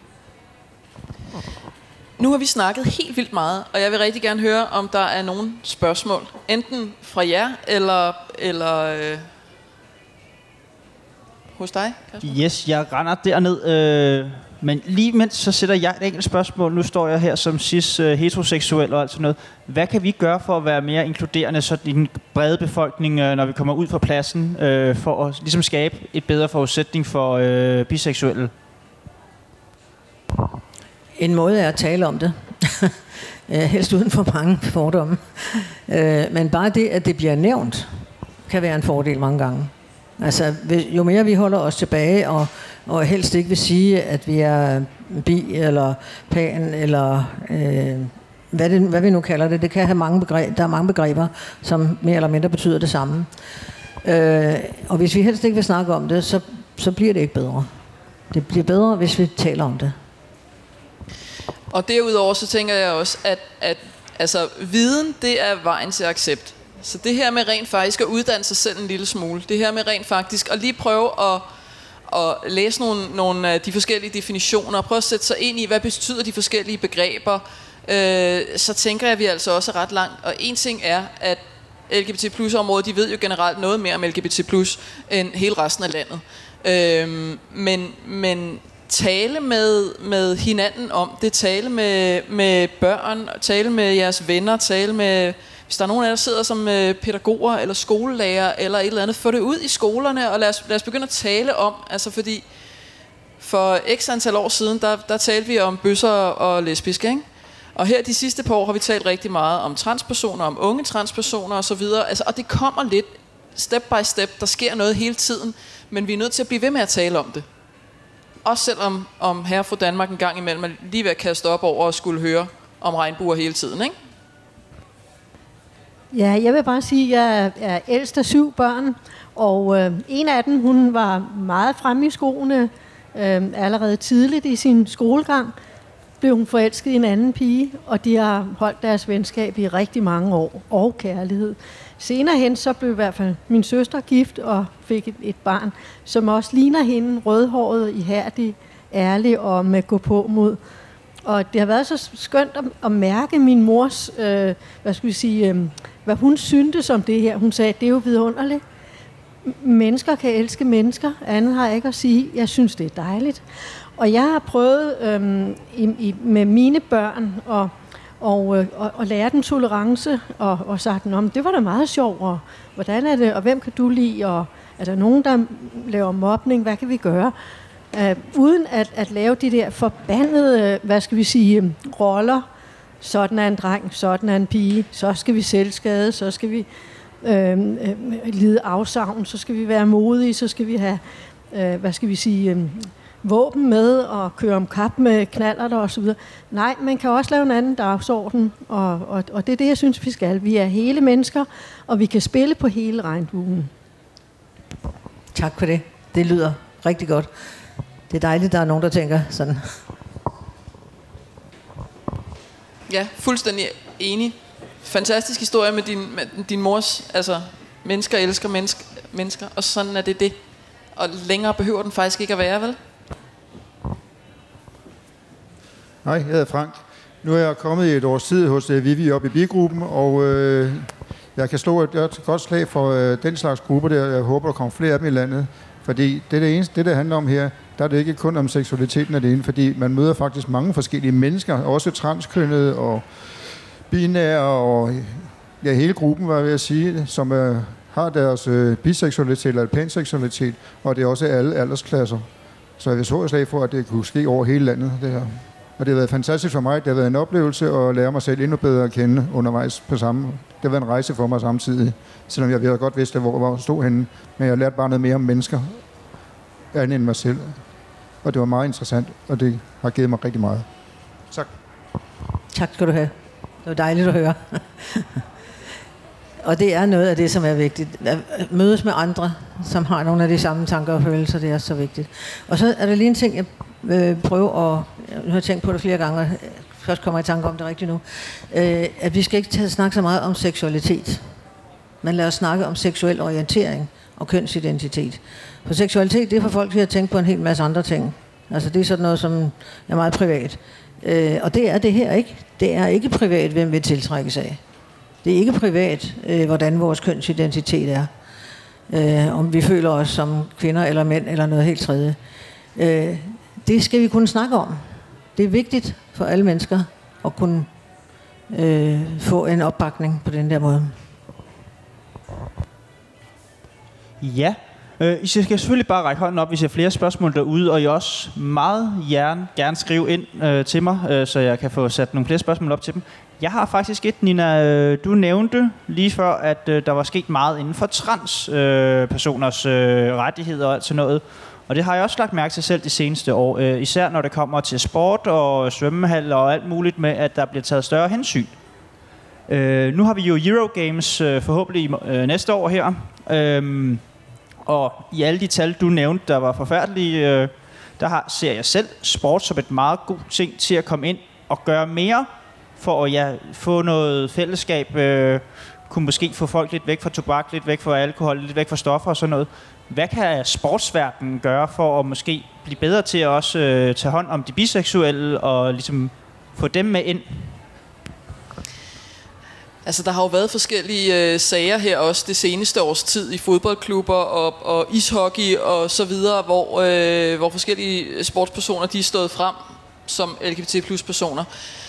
[SPEAKER 3] Nu har vi snakket helt vildt meget, og jeg vil rigtig gerne høre, om der er nogle spørgsmål. Enten fra jer, eller, eller øh, hos dig, Kasper?
[SPEAKER 1] Yes, jeg render derned øh, Men lige mens så sætter jeg et enkelt spørgsmål. Nu står jeg her som cis uh, heteroseksuel og alt sådan noget. Hvad kan vi gøre for at være mere inkluderende så i den brede befolkning, uh, når vi kommer ud fra pladsen, uh, for at ligesom skabe et bedre forudsætning for uh, biseksuelle?
[SPEAKER 2] En måde er at tale om det. Helst uden for mange fordomme. Men bare det, at det bliver nævnt, kan være en fordel mange gange. Altså, jo mere vi holder os tilbage, og, og helst ikke vil sige, at vi er bi, eller pan, eller øh, hvad, det, hvad vi nu kalder det. Det kan have mange begreber, der er mange begreber, som mere eller mindre betyder det samme. Øh, og hvis vi helst ikke vil snakke om det, så, så bliver det ikke bedre. Det bliver bedre, hvis vi taler om det.
[SPEAKER 3] Og derudover så tænker jeg også, at, at altså, viden, det er vejen til accept. Så det her med rent faktisk at uddanne sig selv en lille smule, det her med rent faktisk at lige prøve at, at læse nogle, nogle af de forskellige definitioner, og prøve at sætte sig ind i, hvad betyder de forskellige begreber, øh, så tænker jeg, at vi altså også er ret langt. Og en ting er, at L G B T plus området, de ved jo generelt noget mere om L G B T plus end hele resten af landet. Øh, men... men tale med, med hinanden om det, tale med, med børn, tale med jeres venner, tale med, hvis der er nogen af jer, der sidder som pædagoger eller skolelærer eller et eller andet, få det ud i skolerne, og lad os, lad os begynde at tale om, altså fordi for x antal år siden, der, der talte vi om bøsser og lesbiske, ikke? Og her de sidste par år har vi talt rigtig meget om transpersoner, om unge transpersoner osv., altså, og det kommer lidt step by step, der sker noget hele tiden, men vi er nødt til at blive ved med at tale om det. Også selvom om herre fra Danmark en gang imellem er lige ved at kaste op over og skulle høre om regnbuer hele tiden, ikke?
[SPEAKER 4] Ja, jeg vil bare sige, at jeg er ældst af syv børn, og øh, en af dem, hun var meget fremme i skoene, øh, allerede tidligt i sin skolegang, blev hun forelsket i en anden pige, og de har holdt deres venskab i rigtig mange år, og kærlighed. Senere hen, så blev i hvert fald min søster gift og fik et, et barn, som også ligner hende, rødhåret, ihærdig, ærlig og med gå på mod. Og det har været så skønt at, at mærke min mors, øh, hvad skal vi sige, øh, hvad hun syntes om det her. Hun sagde, det er jo vidunderligt. Mennesker kan elske mennesker, andet har jeg ikke at sige. Jeg synes, det er dejligt. Og jeg har prøvet øh, i, i, med mine børn og Og, øh, og, og lære dem tolerance, og, og sagt, nå, men det var da meget sjovt, og hvordan er det, og hvem kan du lide, og er der nogen, der laver mobning, hvad kan vi gøre? Uh, uden at, at lave de der forbandede, hvad skal vi sige, roller, sådan er en dreng, sådan er en pige, så skal vi selvskade, så skal vi øh, øh, lide afsavn, så skal vi være modige, så skal vi have, øh, hvad skal vi sige, øh, våben med og køre om kap med knallerter og så videre. Nej, man kan også lave en anden dagsorden, og, og, og det er det, jeg synes, vi skal. Vi er hele mennesker, og vi kan spille på hele regnbuen.
[SPEAKER 2] Tak for det. Det lyder rigtig godt. Det er dejligt, der er nogen, der tænker sådan.
[SPEAKER 3] Ja, fuldstændig enig. Fantastisk historie med din, med din mors, altså mennesker elsker mennesker, mennesker, og sådan er det det. Og længere behøver den faktisk ikke at være, vel?
[SPEAKER 5] Hej, jeg hedder Frank. Nu er jeg kommet i et års tid hos uh, Vivi op i bigruppen, og øh, jeg kan slå et, et godt slag for øh, den slags grupper der. Jeg håber, der kommer flere af dem i landet. Fordi det, det eneste, det der handler om her, der er det ikke kun om seksualiteten alene, fordi man møder faktisk mange forskellige mennesker, også transkønnede og binære og ja, hele gruppen, var jeg ved at sige, som øh, har deres øh, biseksualitet eller panseksualitet, og det er også alle aldersklasser. Så jeg så et slag for, at det kunne ske over hele landet, det her. Og det har været fantastisk for mig. Det har været en oplevelse at lære mig selv endnu bedre at kende undervejs på samme. Det har været en rejse for mig samtidig, selvom jeg ved godt vidste, hvor jeg stod henne. Men jeg lærte bare noget mere om mennesker, andet end mig selv. Og det var meget interessant, og det har givet mig rigtig meget. Tak.
[SPEAKER 2] Tak skal du have. Det var dejligt at høre. Og det er noget af det, som er vigtigt. At mødes med andre, som har nogle af de samme tanker og følelser, det er så vigtigt. Og så er der lige en ting, jeg øh, prøver at... Nu har jeg tænkt på det flere gange, og først kommer jeg i tanke om det rigtigt nu. Øh, at vi skal ikke tage, snakke så meget om seksualitet. Men lad os snakke om seksuel orientering og kønsidentitet. For seksualitet, det er for folk til at tænke på en hel masse andre ting. Altså det er sådan noget, som er meget privat. Øh, og det er det her ikke. Det er ikke privat, hvem vi tiltrækkes af. Det er ikke privat, øh, hvordan vores kønsidentitet er. Øh, om vi føler os som kvinder eller mænd eller noget helt tredje. Øh, det skal vi kunne snakke om. Det er vigtigt for alle mennesker at kunne øh, få en opbakning på den der måde.
[SPEAKER 1] Ja, øh, I skal selvfølgelig bare række hånden op, hvis I har flere spørgsmål derude, og I også meget gerne, gerne skrive ind øh, til mig, øh, så jeg kan få sat nogle flere spørgsmål op til dem. Jeg har faktisk et, Nina. Øh, du nævnte lige før, at øh, der var sket meget inden for transpersoners øh, øh, rettigheder og alt sådan noget. Og det har jeg også lagt mærke til selv de seneste år, øh, især når det kommer til sport og svømmehaller og alt muligt med, at der bliver taget større hensyn. Øh, nu har vi jo Euro Games øh, forhåbentlig øh, næste år her, øh, og i alle de tal, du nævnte, der var forfærdelige, øh, der har, ser jeg selv sport som et meget god ting til at komme ind og gøre mere for at ja, få noget fællesskab, øh, kunne måske få folk lidt væk fra tobak, lidt væk fra alkohol, lidt væk fra stoffer og sådan noget. Hvad kan sportsverdenen gøre for at måske blive bedre til at også øh, tage hånd om de biseksuelle og ligesom få dem med ind?
[SPEAKER 3] Altså, der har jo været forskellige øh, sager her også det seneste års tid i fodboldklubber og, og ishockey og så videre, hvor, øh, hvor forskellige sportspersoner de er stået frem som L G B T plus personer.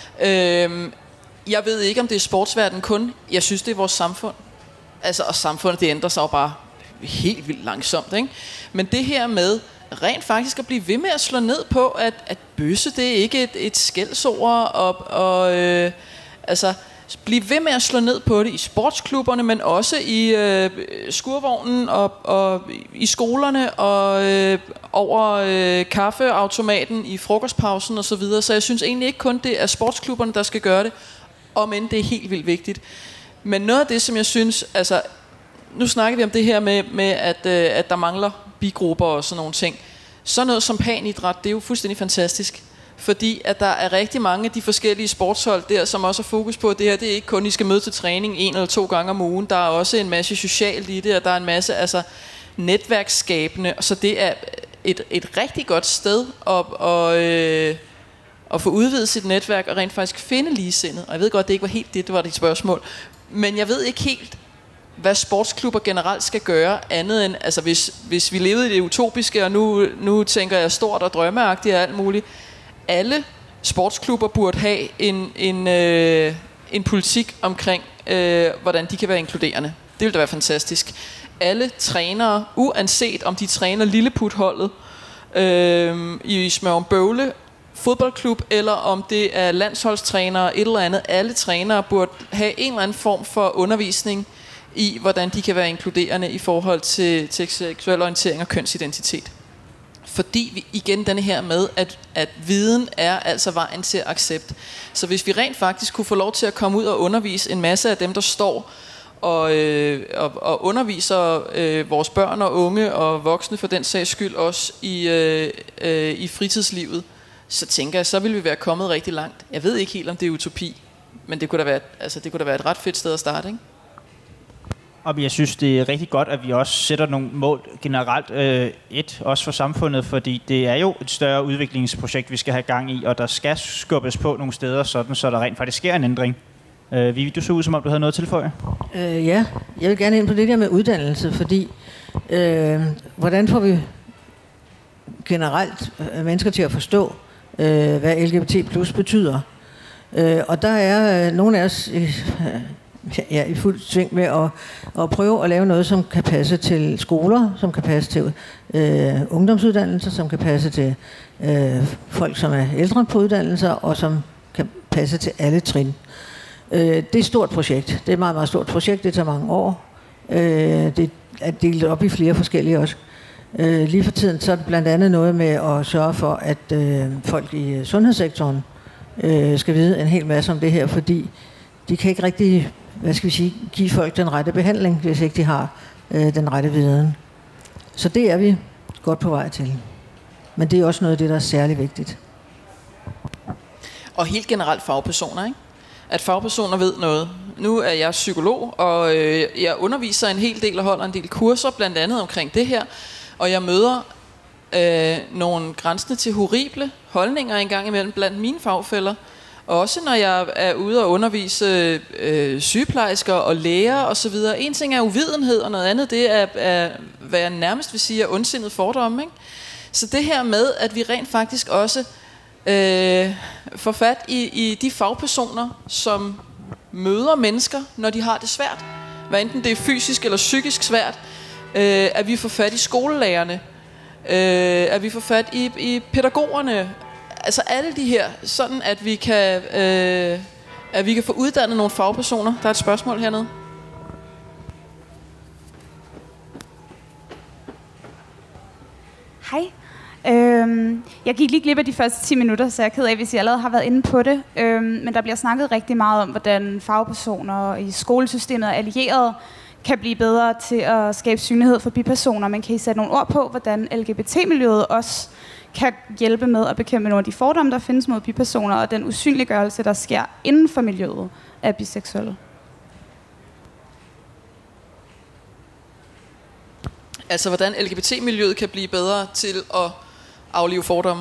[SPEAKER 3] Øh, jeg ved ikke, om det er sportsverdenen kun. Jeg synes, det er vores samfund. Altså, og samfundet, det ændrer sig jo bare helt vildt langsomt, ikke? Men det her med rent faktisk at blive ved med at slå ned på, at, at bøsse, det er ikke et, et skældsord, og, og øh, altså blive ved med at slå ned på det i sportsklubberne, men også i øh, skurvognen og, og i skolerne og øh, over øh, kaffeautomaten i frokostpausen og så videre. Så jeg synes egentlig ikke kun det er sportsklubberne, der skal gøre det, om end det er helt vildt vigtigt. Men noget af det, som jeg synes, altså nu snakker vi om det her med, med at, øh, at der mangler bigrupper og sådan nogle ting. Sådan noget som panidræt, det er jo fuldstændig fantastisk. Fordi at der er rigtig mange af de forskellige sportshold der, som også har fokus på, at det her, det er ikke kun, I skal møde til træning en eller to gange om ugen. Der er også en masse socialt i det, og der er en masse altså, netværksskabende. Så det er et, et rigtig godt sted at, og, øh, at få udvidet sit netværk og rent faktisk finde ligesindet. Og jeg ved godt, det ikke var helt det, det var dit spørgsmål. Men jeg ved ikke helt, hvad sportsklubber generelt skal gøre, andet end, altså hvis, hvis vi levede i det utopiske, og nu, nu tænker jeg stort og drømmeagtigt og alt muligt. Alle sportsklubber burde have en, en, øh, en politik omkring, øh, hvordan de kan være inkluderende. Det ville da være fantastisk. Alle trænere, uanset om de træner Lilleput-holdet øh, i Smørum-Bøvle fodboldklub, eller om det er landsholdstrænere, et eller andet, alle trænere burde have en eller anden form for undervisning i, hvordan de kan være inkluderende i forhold til, til seksuel orientering og kønsidentitet. Fordi vi igen denne her med, at, at viden er altså vejen til accept. Så hvis vi rent faktisk kunne få lov til at komme ud og undervise en masse af dem, der står og, øh, og, og underviser øh, vores børn og unge og voksne for den sags skyld også i, øh, øh, i fritidslivet, så tænker jeg, så vil vi være kommet rigtig langt. Jeg ved ikke helt, om det er utopi, men det kunne da være, altså, det kunne da være et ret fedt sted at starte, ikke?
[SPEAKER 1] Og jeg synes, det er rigtig godt, at vi også sætter nogle mål generelt. Øh, et, også for samfundet, fordi det er jo et større udviklingsprojekt, vi skal have gang i, og der skal skubbes på nogle steder, sådan, så der rent faktisk sker en ændring. Øh, Vivi, du så ud, som om du havde noget at tilføje. Øh,
[SPEAKER 2] ja, jeg vil gerne ind på det der med uddannelse, fordi øh, hvordan får vi generelt øh, mennesker til at forstå, øh, hvad L G B T plus betyder? Øh, og der er øh, nogle af os... Øh, Ja, i fuld sving med at, at prøve at lave noget, som kan passe til skoler, som kan passe til øh, ungdomsuddannelser, som kan passe til øh, folk, som er ældre på uddannelser, og som kan passe til alle trin. Øh, det er et stort projekt. Det er et meget, meget stort projekt. Det tager mange år. Øh, det er delt op i flere forskellige også. Øh, lige for tiden så er det blandt andet noget med at sørge for, at øh, folk i sundhedssektoren øh, skal vide en hel masse om det her, fordi de kan ikke rigtig, hvad skal vi sige, give folk den rette behandling, hvis ikke de har øh, den rette viden. Så det er vi godt på vej til. Men det er også noget af det, der er særlig vigtigt.
[SPEAKER 3] Og helt generelt fagpersoner, ikke? At fagpersoner ved noget. Nu er jeg psykolog, og øh, jeg underviser en hel del og holder en del kurser, blandt andet omkring det her. Og jeg møder øh, nogle grænsende til horrible holdninger engang imellem blandt mine fagfæller. Også når jeg er ude og undervise øh, sygeplejersker og læger og så videre. En ting er uvidenhed, og noget andet det er, er hvad jeg nærmest vil sige er ondsindet fordomme, ikke? Så det her med, at vi rent faktisk også øh, får fat i, i de fagpersoner, som møder mennesker, når de har det svært, hvad enten det er fysisk eller psykisk svært, øh, at vi får fat i skolelærerne, øh, at vi får fat i, i pædagogerne, altså alle de her, sådan at vi kan, øh, at vi kan få uddannet nogle fagpersoner. Der er et spørgsmål hernede.
[SPEAKER 6] Hej. Øhm, jeg gik lige glip af de første ti minutter, så jeg er ked af, hvis I allerede har været inde på det. Øhm, men der bliver snakket rigtig meget om, hvordan fagpersoner i skolesystemet og allierede kan blive bedre til at skabe synlighed for bipersoner. Men kan I sætte nogle ord på, hvordan L G B T-miljøet også kan hjælpe med at bekæmpe nogle af de fordomme, der findes mod bipersoner, og den usynliggørelse, der sker inden for miljøet af biseksuelle?
[SPEAKER 3] Altså, hvordan L G B T-miljøet kan blive bedre til at aflive fordomme.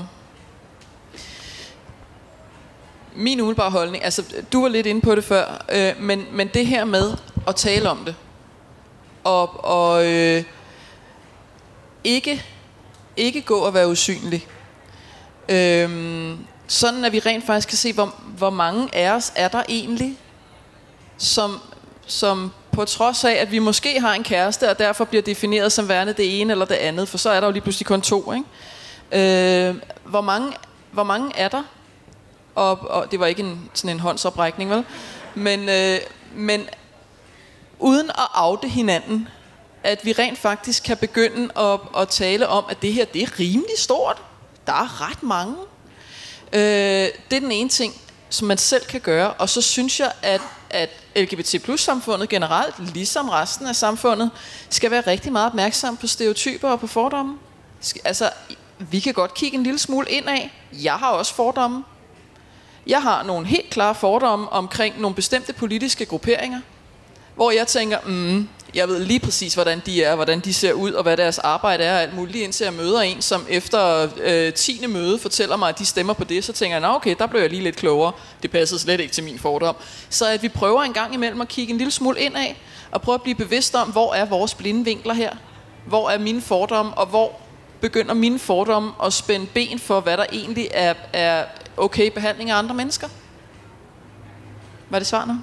[SPEAKER 3] Min umiddelbare holdning, altså du var lidt inde på det før, øh, men, men det her med at tale om det, og, og øh, ikke, ikke gå og være usynlig. Øh, sådan at vi rent faktisk kan se, hvor, hvor mange af os er der egentlig, som, som på trods af, at vi måske har en kæreste, og derfor bliver defineret som værende det ene eller det andet, for så er der jo lige pludselig kun to, ikke? Øh, hvor, mange, hvor mange er der? Og, og det var ikke en, sådan en håndsoprækning, vel? Men, øh, men uden at oute hinanden, at vi rent faktisk kan begynde at, at tale om, at det her, det er rimelig stort. Der er ret mange. Øh, det er den ene ting, som man selv kan gøre. Og så synes jeg, at, at L G B T plus samfundet generelt, ligesom resten af samfundet, skal være rigtig meget opmærksom på stereotyper og på fordomme. Altså, vi kan godt kigge en lille smule indad. Jeg har også fordomme. Jeg har nogle helt klare fordomme omkring nogle bestemte politiske grupperinger, hvor jeg tænker, mm, jeg ved lige præcis, hvordan de er, hvordan de ser ud, og hvad deres arbejde er, og alt muligt, indtil jeg møder en, som efter øh, tiende møde fortæller mig, at de stemmer på det, så tænker jeg, nå okay, der blev jeg lige lidt klogere. Det passede slet ikke til min fordom. Så at vi prøver en gang imellem at kigge en lille smule indad, og prøve at blive bevidst om, hvor er vores blinde vinkler her? Hvor er mine fordomme, og hvor begynder mine fordomme at spænde ben for, hvad der egentlig er, er okay behandling af andre mennesker? Var det svar nu?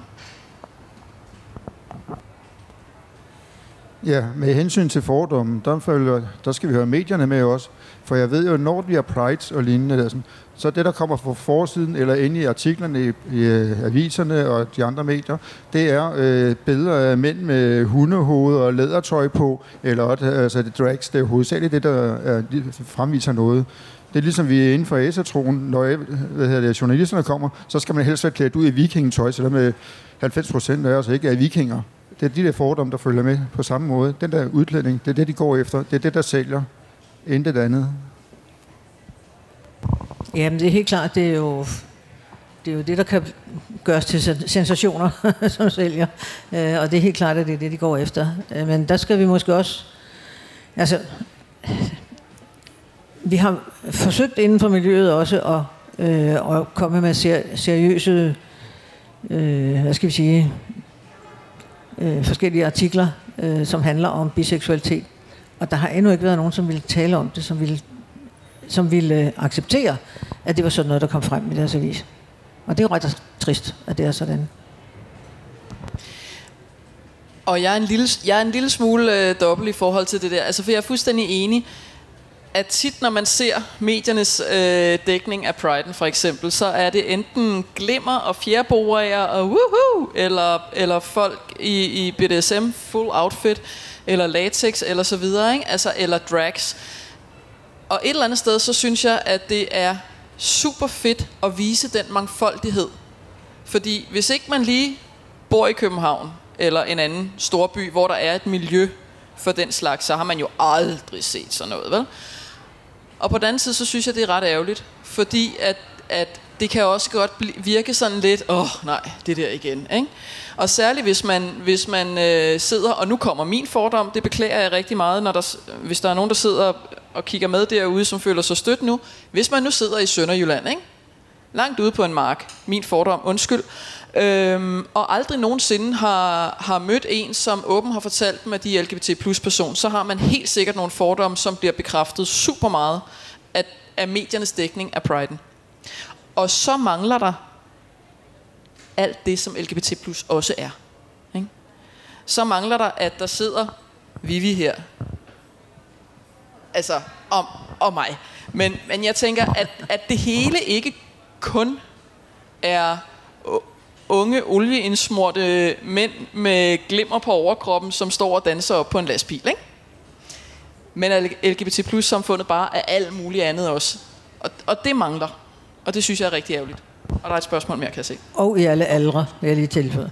[SPEAKER 5] Ja, med hensyn til fordommen, der, følger, der skal vi høre medierne med også. For jeg ved jo, når vi har prides og lignende, der, sådan, så det, der kommer fra forsiden eller inde i artiklerne i, i aviserne og de andre medier, det er øh, billeder af mænd med hundehoved og lædertøj på, eller altså det drags, det er hovedsageligt det, der er, fremviser noget. Det er ligesom vi er inden for asatroen, når hvad hedder det, journalisterne kommer, så skal man helst være klædt ud i vikingetøj, selvom med halvfems procent af os ikke er vikinger. Det er de der fordomme, der følger med på samme måde. Den der udklædning, det er det, de går efter. Det er det, der sælger. Intet andet.
[SPEAKER 2] Jamen, det er helt klart, det er jo det, er jo det der kan gøres til sensationer, som sælger. Øh, og det er helt klart, at det er det, de går efter. Øh, men der skal vi måske også... Altså, vi har forsøgt inden for miljøet også at, øh, at komme med ser- seriøse... Øh, hvad skal vi sige... Øh, forskellige artikler, øh, som handler om biseksualitet. Og der har endnu ikke været nogen, som ville tale om det, som ville, som ville øh, acceptere, at det var sådan noget, der kom frem i deres avis. Og det er jo ret trist, at det er sådan.
[SPEAKER 3] Og jeg er en lille, jeg er en lille smule øh, dobbelt i forhold til det der. Altså, for jeg er fuldstændig enig, at tit, når man ser mediernes øh, dækning af Pride'en for eksempel, så er det enten glimmer og fjerborer og woohoo, eller, eller folk i, i B D S M full outfit, eller latex, eller så videre, ikke? Altså, eller drags. Og et eller andet sted, så synes jeg, at det er super fedt at vise den mangfoldighed. Fordi hvis ikke man lige bor i København, eller en anden storby, hvor der er et miljø for den slags, så har man jo aldrig set sådan noget, vel? Og på den anden side, så synes jeg, det er ret ærgerligt, fordi at, at det kan også godt virke sådan lidt, åh oh, nej, det der igen, ikke? Og særligt hvis man, hvis man øh, sidder, og nu kommer min fordom, det beklager jeg rigtig meget, når der, hvis der er nogen, der sidder og kigger med derude, som føler sig stødt nu. Hvis man nu sidder i Sønderjylland, ikke? Langt ude på en mark, min fordom, undskyld, øhm, og aldrig nogensinde har, har mødt en, som åben har fortalt dem, at de er L G B T plus person, så har man helt sikkert nogle fordomme, som bliver bekræftet super meget af, af mediernes dækning af Priden. Og så mangler der alt det, som L G B T plus også er. Ikke? Så mangler der, at der sidder Vivi her. Altså, om, om mig. Men, men jeg tænker, at, at det hele ikke kun er unge, olieindsmurte mænd med glimmer på overkroppen, som står og danser op på en lastbil, ikke? Men at L G B T plus samfundet bare er alt muligt andet også. Og, og det mangler. Og det synes jeg er rigtig ærgerligt. Og der er et spørgsmål mere, kan jeg se.
[SPEAKER 2] Og i alle aldre, vil jeg lige tilføje.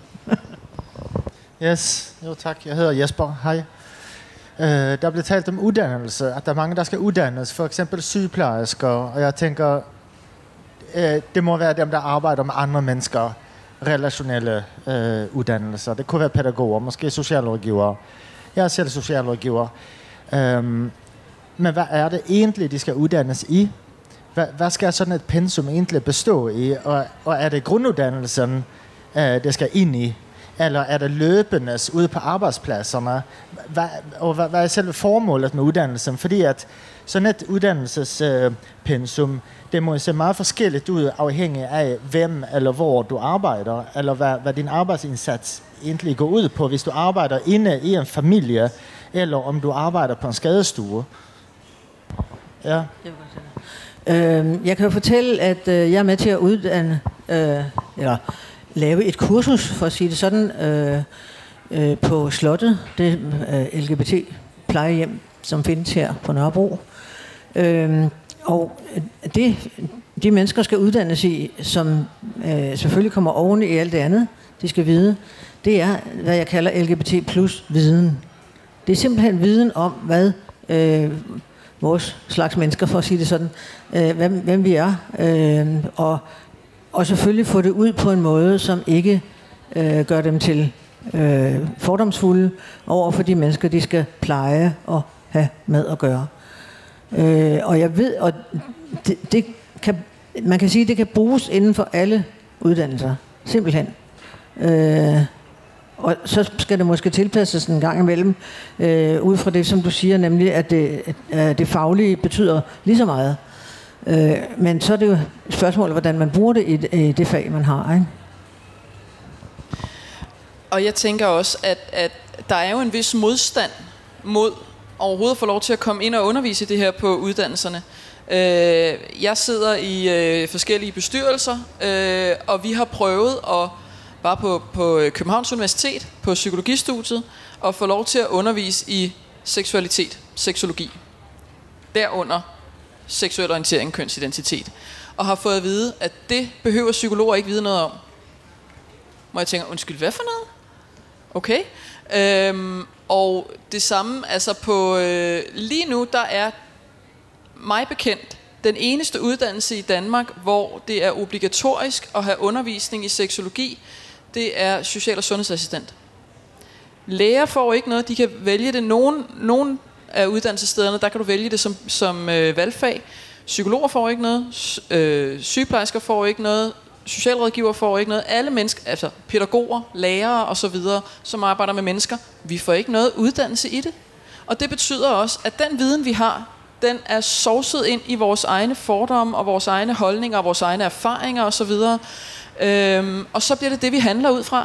[SPEAKER 7] Yes, jo tak. Jeg hedder Jesper. Hej. Uh, der blev talt om uddannelse, at der er mange, der skal uddannes, for eksempel sygeplejersker, og jeg tænker, uh, det må være dem, der arbejder med andre mennesker, relationelle uh, uddannelser. Det kunne være pædagoger, måske socialrådgivere. Jeg er selv socialrådgiver. Um, men hvad er det egentlig, de skal uddannes i? Hvad, hvad skal sådan et pensum egentlig bestå i? Og, og er det grunduddannelsen, uh, det skal ind i? Eller er det løbendes ude på arbejdspladserne? Hvad, og hvad, hvad er selve formålet med uddannelsen? Fordi at sådan et uddannelsespensum, det må se meget forskelligt ud, afhængig af hvem eller hvor du arbejder, eller hvad, hvad din arbejdsindsats egentlig går ud på, hvis du arbejder inde i en familie, eller om du arbejder på en skadestue. Ja.
[SPEAKER 2] Jeg kan jo fortælle, at jeg er med til at uddanne, øh, eller lave et kursus, for at sige det sådan, øh, øh, på Slottet, det øh, L G B T-plejehjem, som findes her på Nørrebro. Øh, og det, de mennesker skal uddannes i, som øh, selvfølgelig kommer oven i alt det andet, de skal vide, det er, hvad jeg kalder L G B T plus viden. Det er simpelthen viden om, hvad øh, vores slags mennesker, for at sige det sådan, øh, hvem, hvem vi er, øh, og Og selvfølgelig få det ud på en måde, som ikke øh, gør dem til øh, fordomsfulde over for de mennesker, de skal pleje og have med at gøre. Øh, og jeg ved, og det, det kan, man kan sige, at det kan bruges inden for alle uddannelser. Simpelthen. Øh, og så skal det måske tilpasses en gang imellem, øh, ud fra det, som du siger, nemlig at det, at det faglige betyder lige så meget. Øh, men så er det jo et spørgsmål, hvordan man bruger det i, i det fag, man har, ikke?
[SPEAKER 3] Og jeg tænker også, at, at der er jo en vis modstand mod overhovedet at få lov til at komme ind og undervise det her på uddannelserne. Øh, jeg sidder i øh, forskellige bestyrelser, øh, og vi har prøvet at, bare på, på Københavns Universitet, på psykologistudiet, at få lov til at undervise i seksualitet, seksologi. Derunder seksuel orientering, kønsidentitet. Og har fået at vide, at det behøver psykologer ikke vide noget om. Må jeg tænke, undskyld, hvad for noget? Okay. Øhm, og det samme, altså på øh, lige nu, der er mig bekendt den eneste uddannelse i Danmark, hvor det er obligatorisk at have undervisning i seksologi, det er social- og sundhedsassistent. Læger får ikke noget, de kan vælge det. Nogen, nogen af uddannelsesstederne, der kan du vælge det som, som øh, valgfag. Psykologer får ikke noget, øh, sygeplejersker får ikke noget, socialrådgiver får ikke noget. Alle mennesker, altså pædagoger, lærere og så videre, som arbejder med mennesker, vi får ikke noget uddannelse i det. Og det betyder også, at den viden, vi har, den er sovset ind i vores egne fordomme og vores egne holdninger og vores egne erfaringer og så videre. Øhm, og så bliver det det, vi handler ud fra.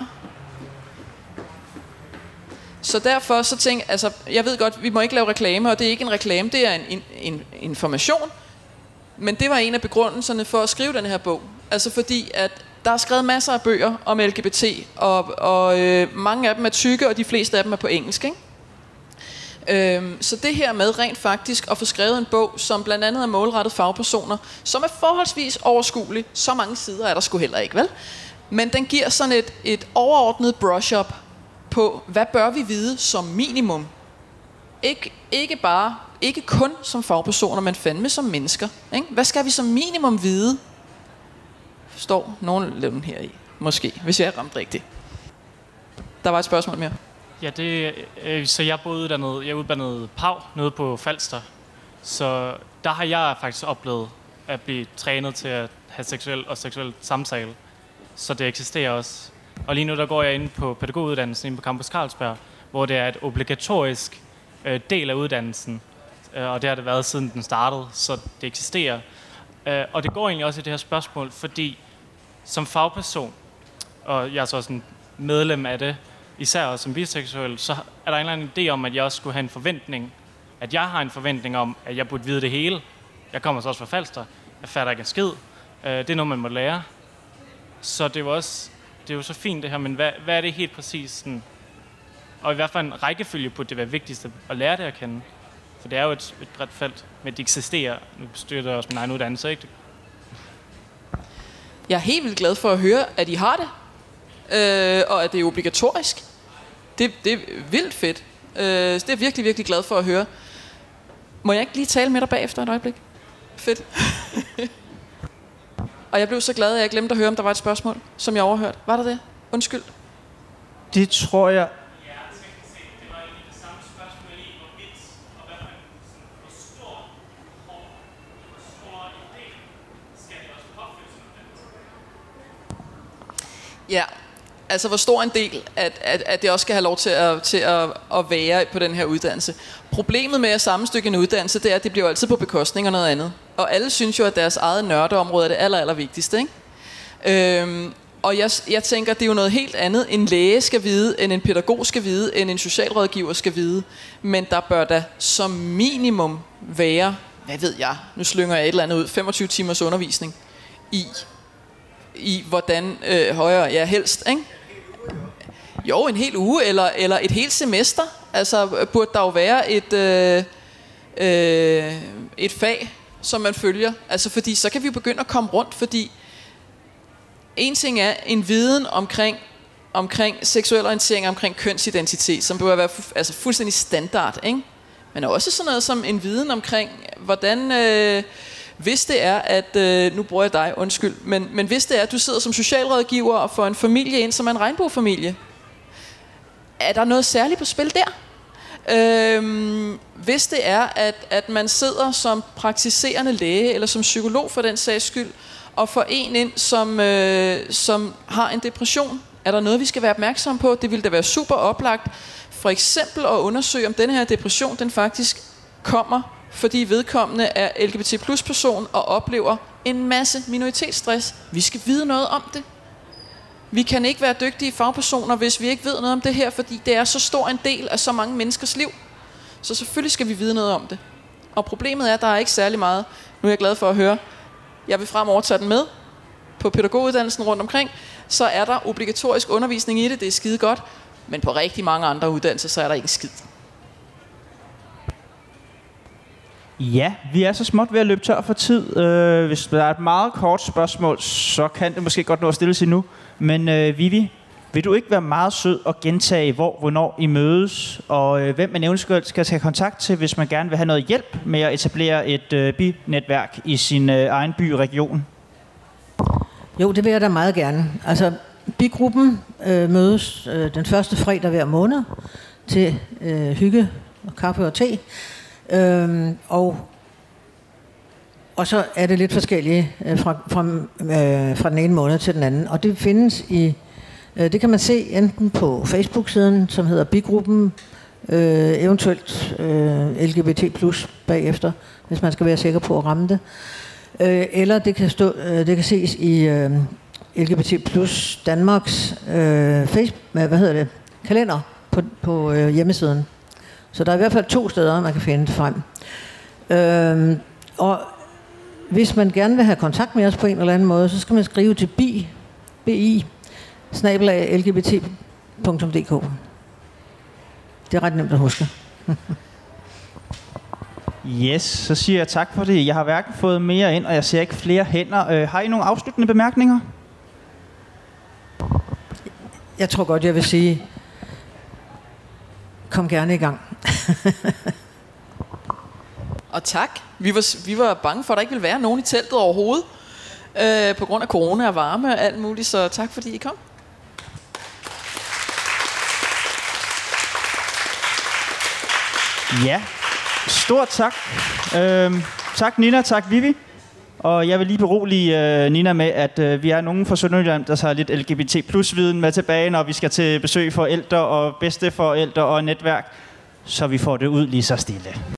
[SPEAKER 3] Så derfor så tænker jeg, altså, jeg ved godt, vi må ikke lave reklame, og det er ikke en reklame, det er en, en, en information. Men det var en af begrundelserne for at skrive den her bog. Altså fordi, at der er skrevet masser af bøger om L G B T, og, og øh, mange af dem er tykke, og de fleste af dem er på engelsk, ikke? Øhm, så det her med rent faktisk at få skrevet en bog, som blandt andet er målrettet fagpersoner, som er forholdsvis overskuelig. Så mange sider er der sgu heller ikke, vel? Men den giver sådan et, et overordnet brush-up på, hvad bør vi vide som minimum? Ik- ikke bare, ikke kun som fagpersoner, men fandme som mennesker. Ikke? Hvad skal vi som minimum vide? Står nogen her i, måske, hvis jeg er ramt rigtigt. Der var et spørgsmål mere.
[SPEAKER 8] Ja, det, øh, så jeg er uddannet, jeg er uddannet P A V nede på Falster. Så der har jeg faktisk oplevet at blive trænet til at have seksuel og seksuel samtale. så det eksisterer også. Og lige nu der går jeg ind på pædagoguddannelsen inde på Campus Carlsberg, hvor det er et obligatorisk øh, del af uddannelsen, øh, og det har det været siden den startede, så det eksisterer. Øh, og det går egentlig også i det her spørgsmål, fordi som fagperson, og jeg er så også en medlem af det, især også som biseksuel, så er der en eller anden idé om, at jeg også skulle have en forventning, at jeg har en forventning om, at jeg burde vide det hele. Jeg kommer så også fra Falster, jeg fatter ikke en skid. Øh, det er noget, man må lære. Så det er jo også, det er jo så fint det her, men hvad, hvad er det helt præcis sådan? Og i hvert fald en rækkefølge på det være vigtigst at lære det at kende. For det er jo et, et bredt felt, men det eksisterer. Nu støtter jeg også min egen uddannelse, ikke?
[SPEAKER 3] Jeg er helt vildt glad for at høre, at I har det, øh, og at det er obligatorisk. Det, det er vildt fedt. Øh, så det er jeg virkelig, virkelig glad for at høre. Må jeg ikke lige tale med dig bagefter et øjeblik? Fedt. Og jeg blev så glad, at jeg glemte at høre, om der var et spørgsmål, som jeg overhørte. Var der det? Undskyld.
[SPEAKER 1] Det tror jeg...
[SPEAKER 3] Ja, altså hvor stor en del, at, at, at det også skal have lov til at, til at, at være på den her uddannelse. Problemet med at sammenstykke en uddannelse, det er, at det bliver altid på bekostning af noget andet. Og alle synes jo, at deres eget nørdeområde er det aller, aller vigtigste, ikke? Øhm, og jeg, jeg tænker, at det er jo noget helt andet, en læge skal vide, end en pædagog skal vide, end en socialrådgiver skal vide. Men der bør da som minimum være, hvad ved jeg, nu slynger jeg et eller andet ud, femogtyve timers undervisning i... i hvordan øh, højere, ja helst, ikke? Jo, en hel uge, eller, eller et helt semester. Altså, burde der jo være et, øh, øh, et fag, som man følger. Altså, fordi så kan vi jo begynde at komme rundt, fordi en ting er en viden omkring, omkring seksuel orientering, omkring kønsidentitet, som bør være fu- altså fuldstændig standard, ikke? Men også sådan noget som en viden omkring, hvordan... Øh, Hvis det er, at, øh, nu bruger jeg dig, undskyld, men, men hvis det er, at du sidder som socialrådgiver og får en familie ind, som er en regnbuefamilie, er der noget særligt på spil der? Øhm, hvis det er, at, at man sidder som praktiserende læge, eller som psykolog for den sags skyld, og får en ind, som, øh, som har en depression, er der noget, vi skal være opmærksom på? Det ville da være super oplagt, for eksempel at undersøge, om den her depression, den faktisk kommer, fordi vedkommende er L G B T plus person og oplever en masse minoritetsstress. Vi skal vide noget om det. Vi kan ikke være dygtige fagpersoner, hvis vi ikke ved noget om det her, fordi det er så stor en del af så mange menneskers liv. Så selvfølgelig skal vi vide noget om det. Og problemet er, at der er ikke særlig meget. Nu er jeg glad for at høre. Jeg vil fremover tage den med på pædagoguddannelsen rundt omkring. Så er der obligatorisk undervisning i det. Det er skide godt. Men på rigtig mange andre uddannelser, så er der ikke skid.
[SPEAKER 1] Ja, vi er så småt ved at løbe tør for tid. Øh, hvis der er et meget kort spørgsmål, så kan det måske godt nå at stilles endnu. Men øh, Vivi, vil du ikke være meget sød og gentage, hvor, hvornår I mødes, og øh, hvem man eventuelt skal tage kontakt til, hvis man gerne vil have noget hjælp med at etablere et øh, binetværk i sin øh, egen by og region?
[SPEAKER 2] Jo, det vil jeg da meget gerne. Altså, bigruppen øh, mødes øh, den første fredag hver måned til øh, hygge og kaffe og te. Øhm, og, og så er det lidt forskellige øh, fra, fra, øh, fra den ene måned til den anden. Og det findes i, øh, det kan man se enten på Facebook-siden, som hedder Bigruppen, øh, eventuelt øh, L G B T plus bagefter, hvis man skal være sikker på at ramme det. Øh, eller det kan, stå, øh, det kan ses i øh, L G B T plus Danmarks øh, Facebook, hvad hedder det, kalender på, på øh, hjemmesiden. Så der er i hvert fald to steder, man kan finde det frem. Øhm, og hvis man gerne vil have kontakt med os på en eller anden måde, så skal man skrive til bi, bi snabel-a l g b t punktum d k. Det er ret nemt at huske.
[SPEAKER 1] Yes, så siger jeg tak for det. Jeg har hverken fået mere ind, og jeg ser ikke flere hænder. Øh, har I nogle afsluttende bemærkninger?
[SPEAKER 2] Jeg tror godt, jeg vil sige, kom gerne i gang.
[SPEAKER 3] Og tak. Vi var, vi var bange for, at der ikke ville være nogen i teltet overhovedet, øh, på grund af corona og varme og alt muligt, så tak fordi I kom.
[SPEAKER 1] Ja, stort tak. Øhm, tak Nina, tak Vivi. Og jeg vil lige berolige uh, Nina med, at uh, vi er nogen fra Sønderjylland, der tager lidt L G B T plus viden med tilbage, når vi skal til besøg forældre og bedsteforældre og netværk, så vi får det ud lige så stille.